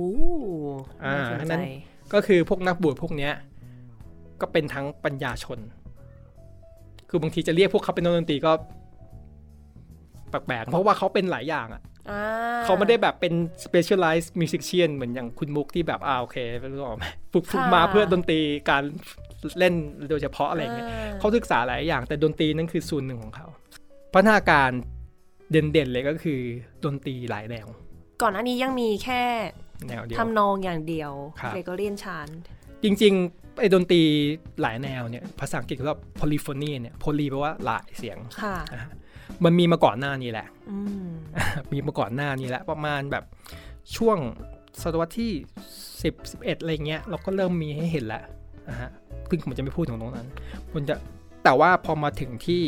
นั้นก็คือพวกนักบวชพวกนี้ก็เป็นทั้งปัญญาชนคือบางทีจะเรียกพวกเขาเป็นนักดนตรีก็แปลกๆเพราะว่าเขาเป็นหลายอย่างเขาไม่ได้แบบเป็น specialized musician เหมือนอย่างคุณมุกที่แบบโอเครู้ออกไหมฝึกมาเพื่อดนตรีการเล่นโดยเฉพาะอะไรอย่างเงี้ยเขาศึกษาหลายอย่างแต่ดนตรีนั่นคือส่วนหนึ่งของเขาพัฒนาการเด่นๆเลยก็คือดนตรีหลายแนวก่อนอันนี้ยังมีแค่ทำนองอย่างเดียวเกรโกเรียนชานจริงๆไอ้ดนตรีหลายแนวเนี่ยภาษาอังกฤษเรียกว่า polyphony เนี่ย poly แปลว่าหลายเสียงมันมีมาก่อนหน้านี้แหละมีมาก่อนหน้านี้แหละประมาณแบบช่วงศตวรรษที่10-11อะไรเงี้ยเราก็เริ่มมีให้เห็นแล้วซึ่งผมจะไม่พูดถึงตรงนั้นแต่ว่าพอมาถึงที่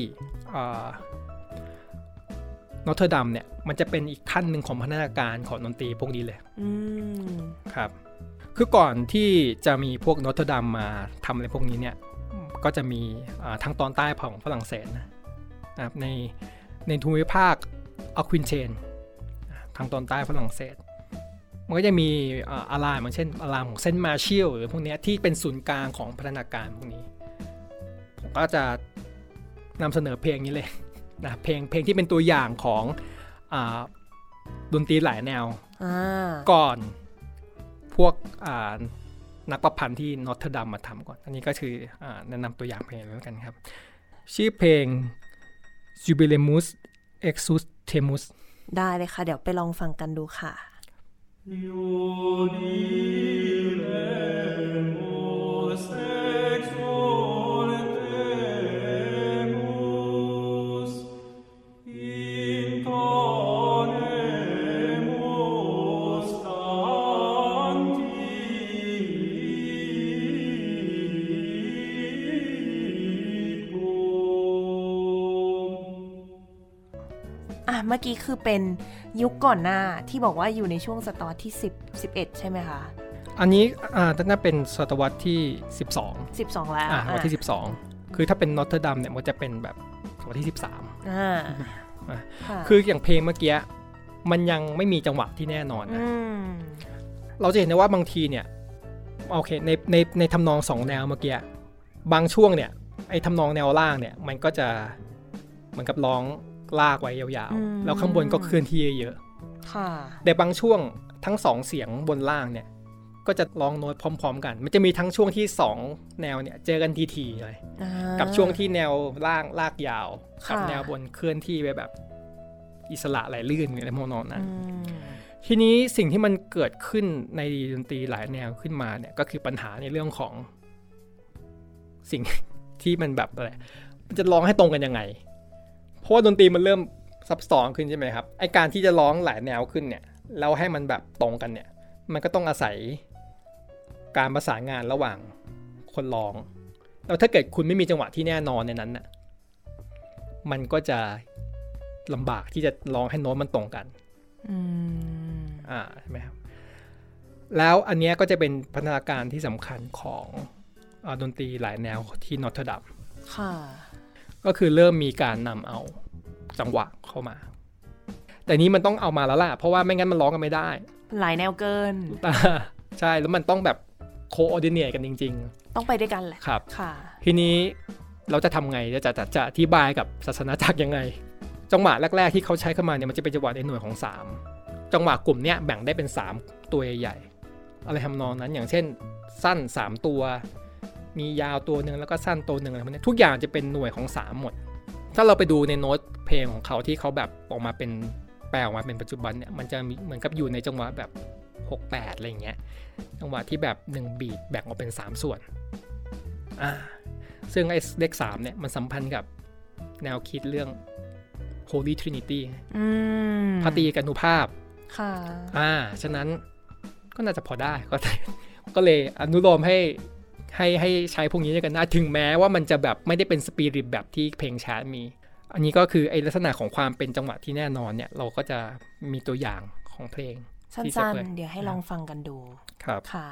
นอตเทอร์ดัมเนี่ยมันจะเป็นอีกขั้นหนึ่งของพัฒนาการของดนตรีพวกนี้เลยครับคือก่อนที่จะมีพวกนอตเทอร์ดัมมาทำอะไรพวกนี้เนี่ยก็จะมีทางตอนใต้ของฝรั่งเศสนะครับในภูมิภาคอัลควินเชนทางตอนใต้ฝรั่งเศสมันก็จะมีอารามอย่างเช่นอารามของเซนต์มาร์เชียลหรือพวกนี้ที่เป็นศูนย์กลางของพัฒนาการพวกนี้ผมก็จะนำเสนอเพลงนี้เลยนะเพลงที่เป็นตัวอย่างของดนตรีหลายแนวก่อนพวกนักประพันธ์ที่นอตเทอร์ดัมมาทำก่อนอันนี้ก็คือแนะนำตัวอย่างเพลงแล้วกันครับชื่อเพลง Jubilemus Exsultemus ได้เลยค่ะเดี๋ยวไปลองฟังกันดูค่ะเมื่อกี้คือเป็นยุคก่อนหน้าที่บอกว่าอยู่ในช่วงศตวรรษที่10-11ใช่ไหมคะอันนี้น่าเป็นศตวรรษที่12 แล้วศตวรรษที่12คือถ้าเป็นนอตเทอร์ดัมเนี่ยมันจะเป็นแบบศตวรรษที่13คืออย่างเพลงเมื่อกี้มันยังไม่มีจังหวะที่แน่นอนนะเราจะเห็นได้ว่าบางทีเนี่ยโอเคในทำนอง2แนวเมื่อกี้บางช่วงเนี่ยไอ้ทำนองแนวล่างเนี่ยมันก็จะเหมือนกับร้องลากไว้ยาวๆแล้วข้างบนก็เคลื่อนที่เยอะๆแต่บางช่วงทั้ง2เสียงบนล่างเนี่ยก็จะร้องโน้ตพร้อมๆกันมันจะมีทั้งช่วงที่2แนวเนี่ยเจอกันทีๆเลยกับช่วงที่แนวล่างลากยาวกับแนวบนเคลื่อนที่ไปแบบอิสระไหลลื่นอะไรพวกนั้นทีนี้สิ่งที่มันเกิดขึ้นในดนตรีหลายแนวขึ้นมาเนี่ยก็คือปัญหาในเรื่องของสิ่งที่มันแบบอะไรมันจะร้องให้ตรงกันยังไงเพราะว่าดนตรีมันเริ่มซับซ้อนขึ้นใช่ไหมครับไอการที่จะร้องหลายแนวขึ้นเนี่ยแล้วให้มันแบบตรงกันเนี่ยมันก็ต้องอาศัยการประสานงานระหว่างคนร้องแล้วถ้าเกิดคุณไม่มีจังหวะที่แน่นอนในนั้นน่ะมันก็จะลำบากที่จะร้องให้โน้ตมันตรงกันใช่ไหมครับแล้วอันนี้ก็จะเป็นพัฒนาการที่สำคัญของดนตรีหลายแนวที่นอตเทอร์ดัมก็คือเริ่มมีการนำเอาจังหวะเข้ามาแต่นี้มันต้องเอามาแล้วล่ะเพราะว่าไม่งั้นมันร้องกันไม่ได้หลายแนวเกินใช่แล้วมันต้องแบบโคออร์ดิเนตกันจริงๆต้องไปด้วยกันแหละครับทีนี้เราจะทำไงจะอธิบายกับศาสนาจักรยังไงจังหวะแรกๆที่เขาใช้เข้ามาเนี่ยมันจะเป็นจังหวะในหน่วยของ3จังหวะกลุ่มเนี้ยแบ่งได้เป็น3ตัวใหญ่อะไรทำนองนั้นอย่างเช่นสั้น3ตัวมียาวตัวนึงแล้วก็สั้นตัวนึงอะไรพวกนี้ทุกอย่างจะเป็นหน่วยของ3หมดถ้าเราไปดูในโน้ตเพลงของเขาที่เขาแบบออกมาเป็นแปลออกมาเป็นปัจจุบันเนี่ยมันจะเหมือนกับอยู่ในจังหวะแบบ6-8อะไรอย่างเงี้ยจังหวะที่แบบ1บีทแบ่งออกเป็น3ส่วนซึ่งไอ้เลข3เนี่ยมันสัมพันธ์กับแนวคิดเรื่อง Holy Trinity พระตรีเอกานุภาพฉะนั้นก็น่าจะพอได้ก็เลยอนุโลมให้ใช้พวกนี้ด้วยกันนะถึงแม้ว่ามันจะแบบไม่ได้เป็นสปิริตแบบที่เพลงชาร์ตมีอันนี้ก็คือไอ้ลักษณะของความเป็นจังหวะที่แน่นอนเนี่ยเราก็จะมีตัวอย่างของเพลงสั้นๆเดี๋ยวให้ลองฟังกันดูครับค่ะ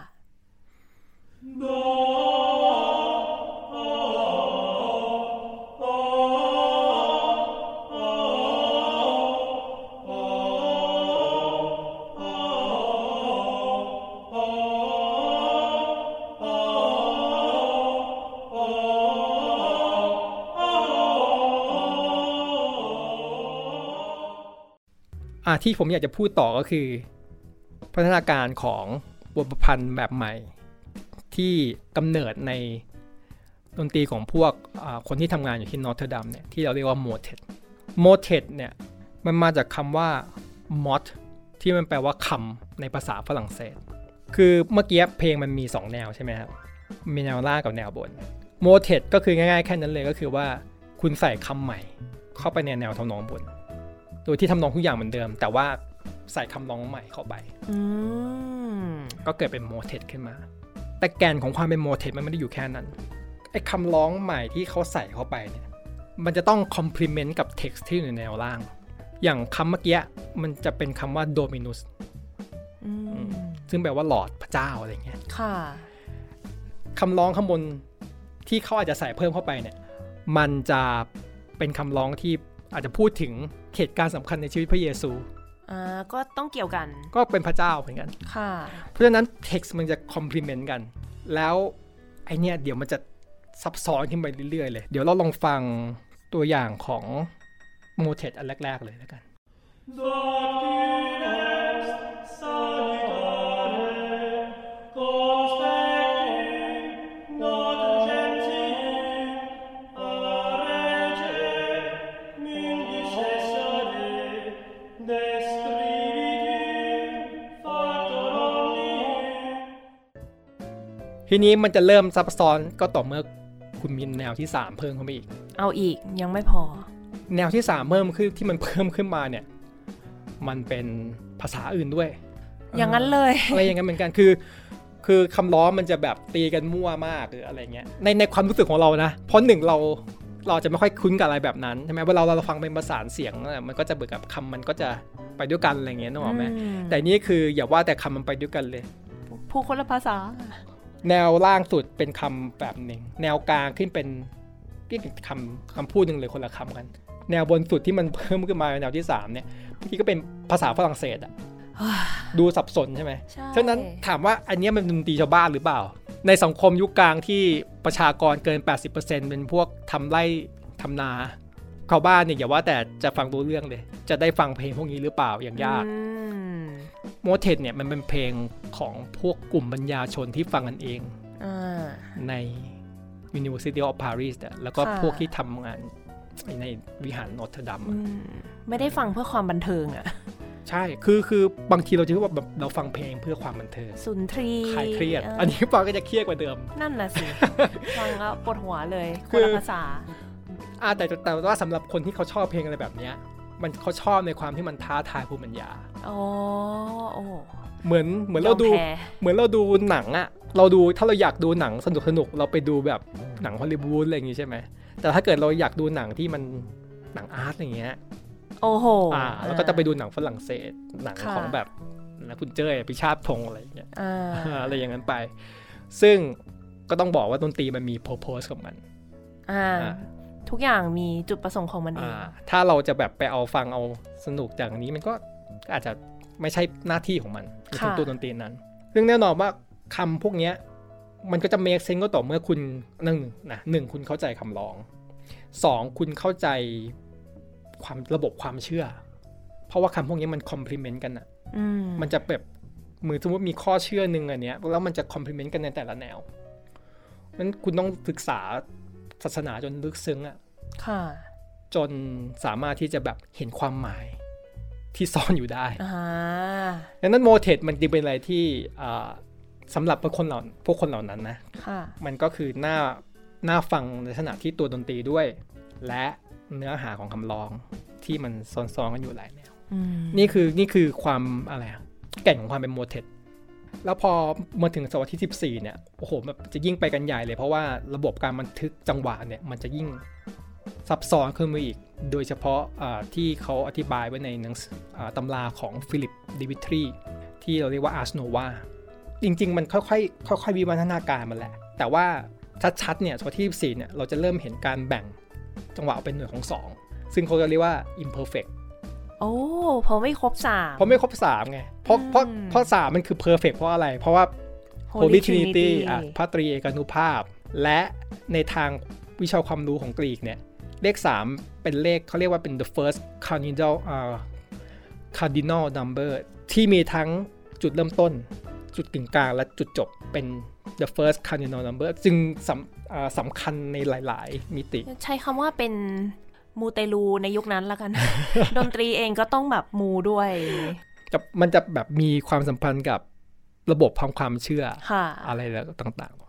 ที่ผมอยากจะพูดต่อก็คือพัฒนาการของบทประพันธ์แบบใหม่ที่กำเนิดในดนตรีของพวกคนที่ทำงานอยู่ที่นอตเทอร์ดัมเนี่ยที่เราเรียกว่าโมเทตเนี่ยมันมาจากคำว่า mot ที่มันแปลว่าคำในภาษาฝรั่งเศสคือเมื่อกี้เพลงมันมี2แนวใช่ไหมครับมีแนวล่างกับแนวบนโมเทตก็คือง่ายๆแค่นั้นเลยก็คือว่าคุณใส่คำใหม่เข้าไปในแนวทำนองบนโดยที่ทำนองทุกอย่างเหมือนเดิมแต่ว่าใส่คำร้องใหม่เข้าไปก็เกิดเป็นโมเทตขึ้นมาแต่แกนของความเป็นโมเทตมันไม่ได้อยู่แค่นั้นไอ้คำร้องใหม่ที่เขาใส่เข้าไปเนี่ยมันจะต้องคอมพลีเมนต์กับเท็กซ์ที่อยู่ในแนวล่างอย่างคำเมื่อกี้มันจะเป็นคำว่าโดมินุสซึ่งแปลว่าหลอร์ดพระเจ้าอะไรเงี้ยคำร้องข้างบนที่เขาอาจจะใส่เพิ่มเข้าไปเนี่ยมันจะเป็นคำร้องที่อาจจะพูดถึงเหตุการณ์สำคัญในชีวิตพระเยซูก็ต้องเกี่ยวกันก็เป็นพระเจ้าเหมือนกันเพราะฉะนั้นเท็กซ์มันจะคอมพลีเมนต์กันแล้วไอเนี้ยเดี๋ยวมันจะซับซ้อนขึ้นไปเรื่อยๆเลยเดี๋ยวเราลองฟังตัวอย่างของโมเทตอันแรกๆเลยแล้วกันทีนี้มันจะเริ่มซับซ้อนก็ต่อเมื่อคุณมีแนวที่3เพิ่มเข้ามาอีกเอาอีกยังไม่พอแนวที่3เพิ่มขึ้นที่มันเพิ่มขึ้นมาเนี่ยมันเป็นภาษาอื่นด้วยอย่างนั้นเลยอะไรอย่างนั้นเหมือนกันคือคำร้องมันจะแบบตีกันมั่วมากหรืออะไรเงี้ยในความรู้สึกของเรานะเพราะหนึ่งเราจะไม่ค่อยคุ้นกับอะไรแบบนั้นใช่ไหมเวลาเราฟังเป็นประสานเสียงมันก็จะเบิกกับคำมันก็จะไปด้วยกันอะไรเงี้ยนึกออกไหมแต่นี่คืออย่าว่าแต่คำมันไปด้วยกันเลยพูดคนละภาษาแนวล่างสุดเป็นคำแบบหนึ่งแนวกลางขึ้นเป็นคำพูดหนึ่งเลยคนละคำกันแนวบนสุดที่มันเพิ่มขึ้นมาแนวที่3เนี่ยที่ก็เป็นภาษาฝรั่งเศสอ่ะดูสับสนใช่ไหมฉะนั้นถามว่าอันนี้มันดนตรีชาวบ้านหรือเปล่าในสังคมยุคกลางที่ประชากรเกิน 80% เป็นพวกทำไร่ทำนาชาวบ้านเนี่ยอย่าว่าแต่จะฟังรู้เรื่องเลยจะได้ฟังเพลงพวกนี้หรือเปล่าอย่างยากโมเทตเนี่ยมันเป็นเพลงของพวกกลุ่มปัญญาชนที่ฟังกันเองใน University of Paris แล้วก็พวกที่ทำงานในวิหารนอร์ทดัมไม่ได้ฟังเพื่อความบันเทิงอ่ะใช่คือบางทีเราจะคิดว่าแบบเราฟังเพลงเพื่อความบันเทิงสุนทรีคลายเครียดอันนี้ฟังก็จะเครียดกว่าเดิมนั่นน่ะสิฟังแล้วปวดหัวเลยคนละภาษาแต่ว่าสำหรับคนที่เขาชอบเพลงอะไรแบบนี้มันเขาชอบในความที่มันท้าทายภูมิปัญญาเหมือนเราดูหนังอะเราดูถ้าเราอยากดูหนังสนุกเราไปดูแบบหนังฮอลลีวูดอะไรอย่างงี้ใช่ไหมแต่ถ้าเกิดเราอยากดูหนังที่มันหนังอาร์ตอย่างเงี้ยโอ้โหเราก็จะไปดูหนังฝรั่งเศสหนังของแบบคุณเจ้ยพิชาติพงษ์อะไรอย่างเงี้ยอะไรอย่างนั้นไปซึ่งก็ต้องบอกว่าดนตรีมันมี purpose ของมันทุกอย่างมีจุดประสงค์ของมันเองถ้าเราจะแบบไปเอาฟังเอาสนุกจากนี้มันก็อาจจะไม่ใช่หน้าที่ของมันในตัวดนตรีนั้นซึ่งแน่นอนว่าคำพวกนี้มันก็จะ make sense ก็ต่อเมื่อคุณหนึ่งคุณเข้าใจคำร้อง2คุณเข้าใจความระบบความเชื่อเพราะว่าคำพวกนี้มัน complement กันมันจะแบบมือสมมติมีข้อเชื่อหนึ่งอันเนี้ยแล้วมันจะ complement กันในแต่ละแนวนั้นคุณต้องศึกษาศาสนาจนลึกซึ้งจนสามารถที่จะแบบเห็นความหมายที่ซ่อนอยู่ได้ดังนั้นโมเทตมันจึงเป็นอะไรที่สำหรับพวกคนเหล่านั้นนะมันก็คือน่าฟังในลักษณะที่ตัวดนตรีด้วยและเนื้อหาของคำร้องที่มันซ้อนๆกันอยู่หลายแนวนี่คือความอะไรแก่นของความเป็นโมเทตแล้วพอมาถึงศตวรรษที่14เนี่ยโอ้โหแบบจะยิ่งไปกันใหญ่เลยเพราะว่าระบบการบันทึกจังหวะเนี่ยมันจะยิ่งซับซ้อนขึ้นมาอีกโดยเฉพาะที่เขาอธิบายไว้ในหนังสือตำราของฟิลิปดิวิทรีที่เราเรียกว่าอาร์สโนวาจริงๆมันค่อยวิวัฒนาการมาแหละแต่ว่าชัดๆเนี่ยศตวรรษที่14เนี่ยเราจะเริ่มเห็นการแบ่งจังหวะเป็นหน่วยของ2ซึ่งเขาจะเรียกว่า imperfect เพราะไม่ครบ 3ไงเพราะ3มันคือ perfect เพราะอะไรเพราะว่า Holy Trinity พระตรีเอกานุภาพและในทางวิชาความรู้ของกรีกเนี่ยเลข3เป็นเลขเขาเรียกว่าเป็น the first cardinal number ที่มีทั้งจุดเริ่มต้นจุดกึ่งกลางและจุดจบเป็น the first cardinal number จึงสำคัญในหลายๆมิติใช้คำว่าเป็นมูเตลูในยุคนั้นละกัน ดนตรีเองก็ต้องแบบมูด้วยมันจะแบบมีความสัมพันธ์กับระบบความเชื่ออะไรต่างๆ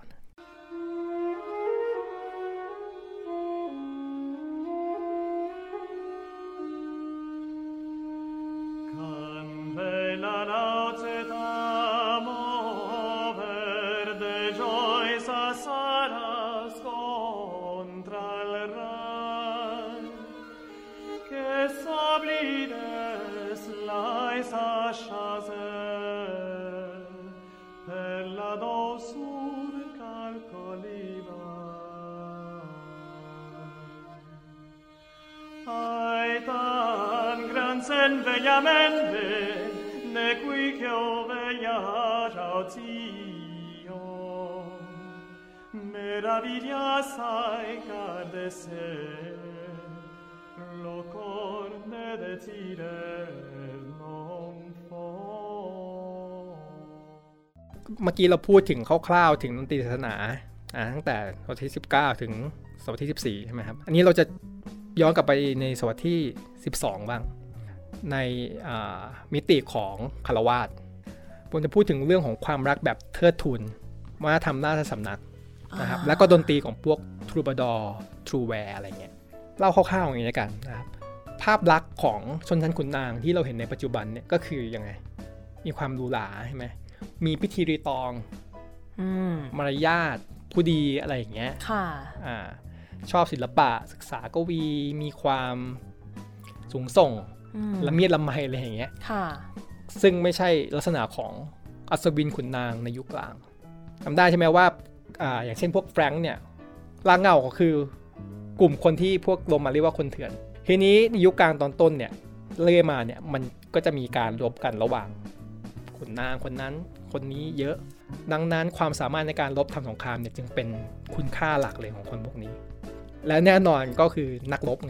Vegliamente ne qui che oveiara Dio meraviglia sai cade se lo corne de tire non fo เมื่อกี้เราพูดถึงคร่าวๆถึงดนตรีศาสนาตั้งแต่ศตวรรษที่19ถึงศตวรรษที่14ใช่ไหมครับอันนี้เราจะย้อนกลับไปในศตวรรษที่12บ้างในมิติของคฤหัสถ์ผมจะพูดถึงเรื่องของความรักแบบเทิดทูนวัฒนธรรมราชสำนักนะครับแล้วก็ดนตรีของพวกทรูบาดอร์ทรูแวร์อะไรเงี้ยเล่าคร่าวๆอย่างนี้แล้วกันนะครับภาพลักษณ์ของชนชั้นขุนนางที่เราเห็นในปัจจุบันเนี่ยก็คือยังไงมีความหรูหราใช่ไหมมีพิธีรีตองมารยาทผู้ดีอะไรอย่างเงี้ยชอบศิลปะศึกษากวีมีความสูงส่งละเมียดละไมอะไรอย่างเงี้ยซึ่งไม่ใช่ลักษณะของอัศวินขุนนางในยุคกลางจำได้ใช่ไหมว่าอย่างเช่นพวกแฟรงค์เนี่ยลางเงาก็คือกลุ่มคนที่พวกโรมันเรียกว่าคนเถื่อนทีนี้ในยุคกลางตอนต้นเนี่ยเรื่อยมาเนี่ยมันก็จะมีการรบกันระหว่างขุนนางคนนั้นคนนี้เยอะดังนั้นความสามารถในการรบทำสงครามเนี่ยจึงเป็นคุณค่าหลักเลยของคนพวกนี้และแน่นอนก็คือนักรบไง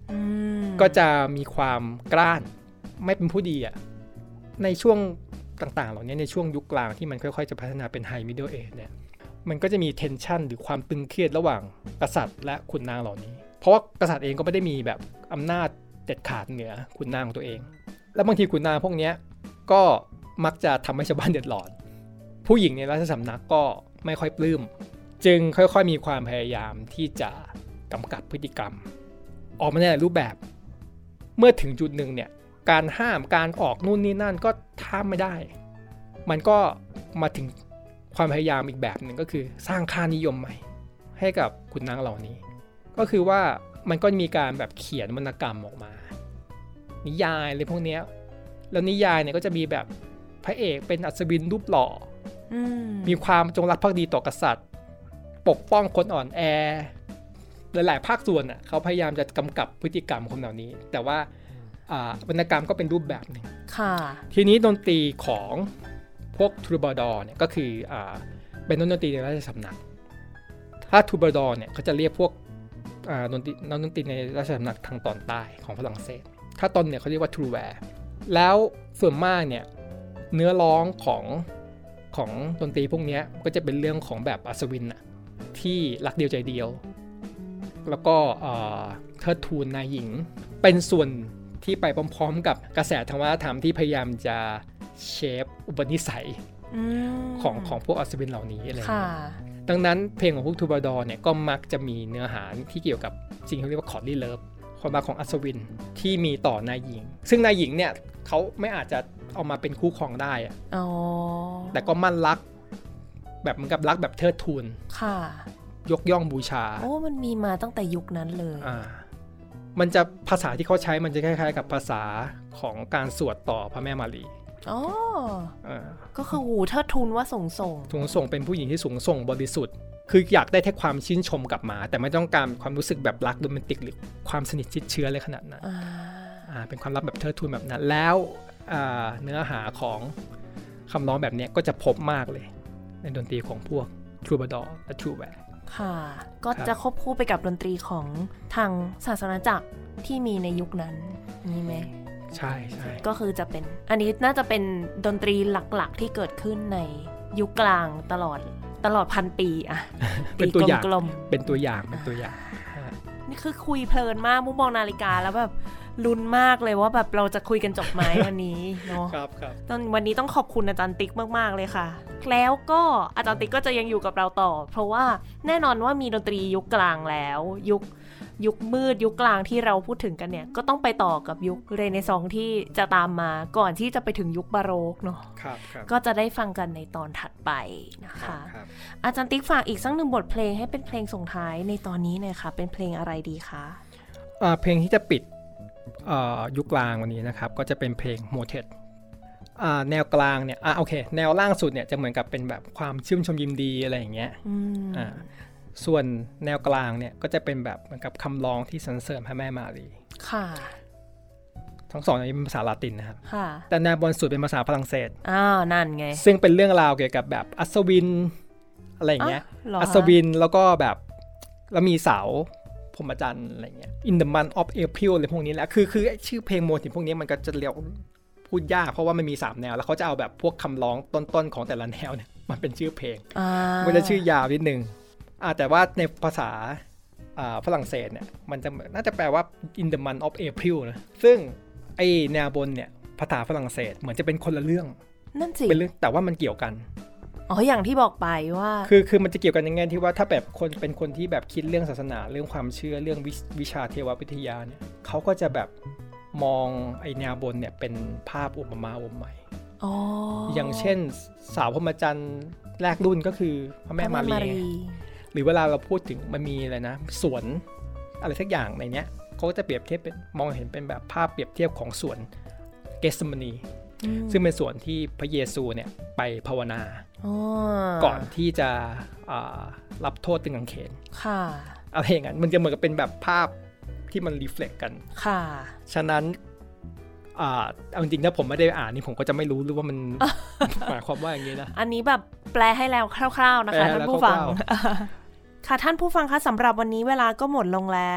ก็จะมีความกล้านไม่เป็นผู้ดีในช่วงต่างๆเหล่านี้ในช่วงยุคกลางที่มันค่อยๆจะพัฒนาเป็นไฮมิดเดิลเอจเนี่ยมันก็จะมีเทนชันหรือความตึงเครียดระหว่างกษัตริย์และขุนนางเหล่านี้เพราะว่ากษัตริย์เองก็ไม่ได้มีแบบอำนาจเด็ดขาดเหนือขุนนางของตัวเองแล้วบางทีขุนนางพวกนี้ก็มักจะทำให้ชาวบ้านเดือดร้อนผู้หญิงในราชสำนักก็ไม่ค่อยปลื้มจึงค่อยๆมีความพยายามที่จะกำกับพฤติกรรมออกมาในหลายรูปแบบเมื่อถึงจุดหนึ่งเนี่ยการห้ามการออกนู่นนี่นั่นก็ห้ามไม่ได้มันก็มาถึงความพยายามอีกแบบหนึ่งก็คือสร้างค่านิยมใหม่ให้กับขุนนางเหล่านี้ก็คือว่ามันก็มีการแบบเขียนวรรณกรรมออกมานิยายอะไรพวกนี้แล้วนิยายเนี่ยก็จะมีแบบพระเอกเป็นอัศวินรูปหล่อมีความจงรักภักดีต่อกษัตริย์ปกป้องคนอ่อนแอหลายๆภาคส่วนเขาพยายามจะกำกับพฤติกรรมคนเหล่านี้แต่ว่าวรรณกรรมก็เป็นรูปแบบหนึ่งทีนี้ดนตรีของพวกทรูบาดอร์เนี่ยก็คือเป็นดนตรีในราชสำนักถ้าทรูบาดอร์เนี่ยเขาจะเรียกพวกดนตรีในราชสำนักทางตอนใต้ของฝรั่งเศสถ้าตอนเนี่ยเขาเรียกว่าทรูแวร์แล้วส่วนมากเนี่ยเนื้อร้องของดนตรีพวกนี้ก็จะเป็นเรื่องของแบบอัศวินที่รักเดียวใจเดียวแล้วก็เทิดทูนนายหญิงเป็นส่วนที่ไปพร้อมๆกับกระแสทางวัฒนธรรมที่พยายามจะเชฟอุปนิสัยของพวกอัศวินเหล่านี้อะไรดังนั้นเพลงของพวกทรูบาดอร์เนี่ยก็มักจะมีเนื้อหาที่เกี่ยวกับสิ่งที่เรียกว่าคอร์ดลี่เลิฟความรักของอัศวินที่มีต่อนายหญิงซึ่งนายหญิงเนี่ยเขาไม่อาจจะเอามาเป็นคู่ครองได้แต่ก็มั่นรักแบบเหมือนกับรักแบบเทิดทูนยกย่องบูชามันมีมาตั้งแต่ยุคนั้นเลยมันจะภาษาที่เขาใช้มันจะคล้ายๆกับภาษาของการสวดต่อพระแม่มารีก็คือเทิดทูนว่าสูงส่งเป็นผู้หญิงที่สูงส่งบริสุทธิ์คืออยากได้แค่ความชื่นชมกลับมาแต่ไม่ต้องการความรู้สึกแบบรักโรแมนติกหรือความสนิทชิดเชื้อเลยขนาดนั้นเป็นความรักแบบเทิดทูนแบบนั้นแล้วเนื้อหาของคำร้องแบบนี้ก็จะพบมากเลยในดนตรีของพวกทรูบาดอร์และทรูแวร์ค่ะก็จะควบคู่ไปกับดนตรีของทางศาสนาจักรที่มีในยุคนั้นนี่ไหมใช่ก็คือจะเป็นอันนี้น่าจะเป็นดนตรีหลักๆที่เกิดขึ้นในยุคกลางตลอดพันปีเป็นตัวอย่างเป็นตัวอย่างนี่คือคุยเพลินมากมุมมองนาฬิกาแล้วแบบลุ้นมากเลยว่าแบบเราจะคุยกันจบไหมวันนี้เนาะครับวันนี้ต้องขอบคุณอาจารย์ติ๊กมากๆเลยค่ะแล้วก็อาจารย์ติ๊กก็จะยังอยู่กับเราต่อเพราะว่าแน่นอนว่ามีดนตรียุคกลางแล้วยุคมืดยุคกลางที่เราพูดถึงกันเนี่ยก็ต้องไปต่อกับยุคเรเนซองส์ที่จะตามมาก่อนที่จะไปถึงยุคบาโรกเนาะก็จะได้ฟังกันในตอนถัดไปนะคะอาจารย์ติ๊กฝากอีกสักหนึ่งบทเพลงให้เป็นเพลงส่งท้ายในตอนนี้หน่อยค่ะเป็นเพลงอะไรดีคะเพลงที่จะปิดยุคกลางวันนี้นะครับก็จะเป็นเพลงโมเทตแนวกลางเนี่ยโอเคแนวล่างสุดเนี่ยจะเหมือนกับเป็นแบบความชื่นชมยินดีอะไรอย่างเงี้ยส่วนแนวกลางเนี่ยก็จะเป็นแบบเหมือนกับคำร้องที่สรรเสริญพระแม่มารีค่ะทั้งสองนี้เป็นภาษาลาตินนะครับแต่แนวบนสุดเป็นภาษาฝรั่งเศสนั่นไงซึ่งเป็นเรื่องราวเกี่ยวกับแบบอัศวินอะไรอย่างเงี้ยอัศวินแล้วก็แบบแล้วมีเสาพรหมจรรย์อะไรเงี้ย In the month of April อะไรพวกนี้แหละคือชื่อเพลงโมทีฟพวกนี้มันก็จะเรียกพูดยากเพราะว่ามันมี3แนวแล้วเขาจะเอาแบบพวกคำร้องต้นๆของแต่ละแนวเนี่ยมันเป็นชื่อเพลงมันจะชื่อยาวนิดนึงแต่ว่าในภาษาฝรั่งเศสเนี่ยมันจะน่าจะแปลว่า In the month of April นะซึ่งไอแนวบนเนี่ยภาษาฝรั่งเศสเหมือนจะเป็นคนละเรื่องนั่นสิเป็นเรื่องแต่ว่ามันเกี่ยวกันอย่างที่บอกไปว่าคือมันจะเกี่ยวกันในแง่ที่ว่าถ้าแบบคนเป็นคนที่แบบคิดเรื่องศาสนาเรื่องความเชื่อเรื่องวิชาเทววิทยาเนี่ยเขาก็จะแบบมองไอแนวบนเนี่ยเป็นภาพอุปมาอุปไมยอย่างเช่นสาวพรหมจรรย์แรกรุ่นก็คือพระแม่มารีหรือเวลาเราพูดถึงมันมีอะไรนะสวนอะไรสักอย่างในเนี้ยเขาก็จะเปรียบเทียบเป็นมองเห็นเป็นแบบภาพเปรียบเทียบของสวนเกสมานีซึ่งเป็นสวนที่พระเยซูเนี่ยไปภาวนาก่อนที่จะรับโทษตึงกางเขนอะไรอย่างนั้นมันจะเหมือนกับเป็นแบบภาพที่มันรีเฟล็กกันฉะนั้นเอาจริงๆถ้าผมไม่ได้อ่านนี่ผมก็จะไม่รู้หรือว่ามันหมายความว่าอย่างนี้นะอันนี้แบบแปลให้แล้วคร่าวๆนะคะท่านผู้ฟังค่ะท่านผู้ฟังคะสำหรับวันนี้เวลาก็หมดลงแล้ว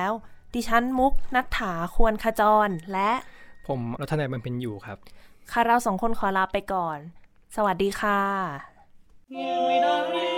ดิฉันมุกณัฐฐาควรขจรและผมรัตนัยบำเพ็ญอยู่ครับค่ะเรา2คนขอลาไปก่อนสวัสดีค่ะ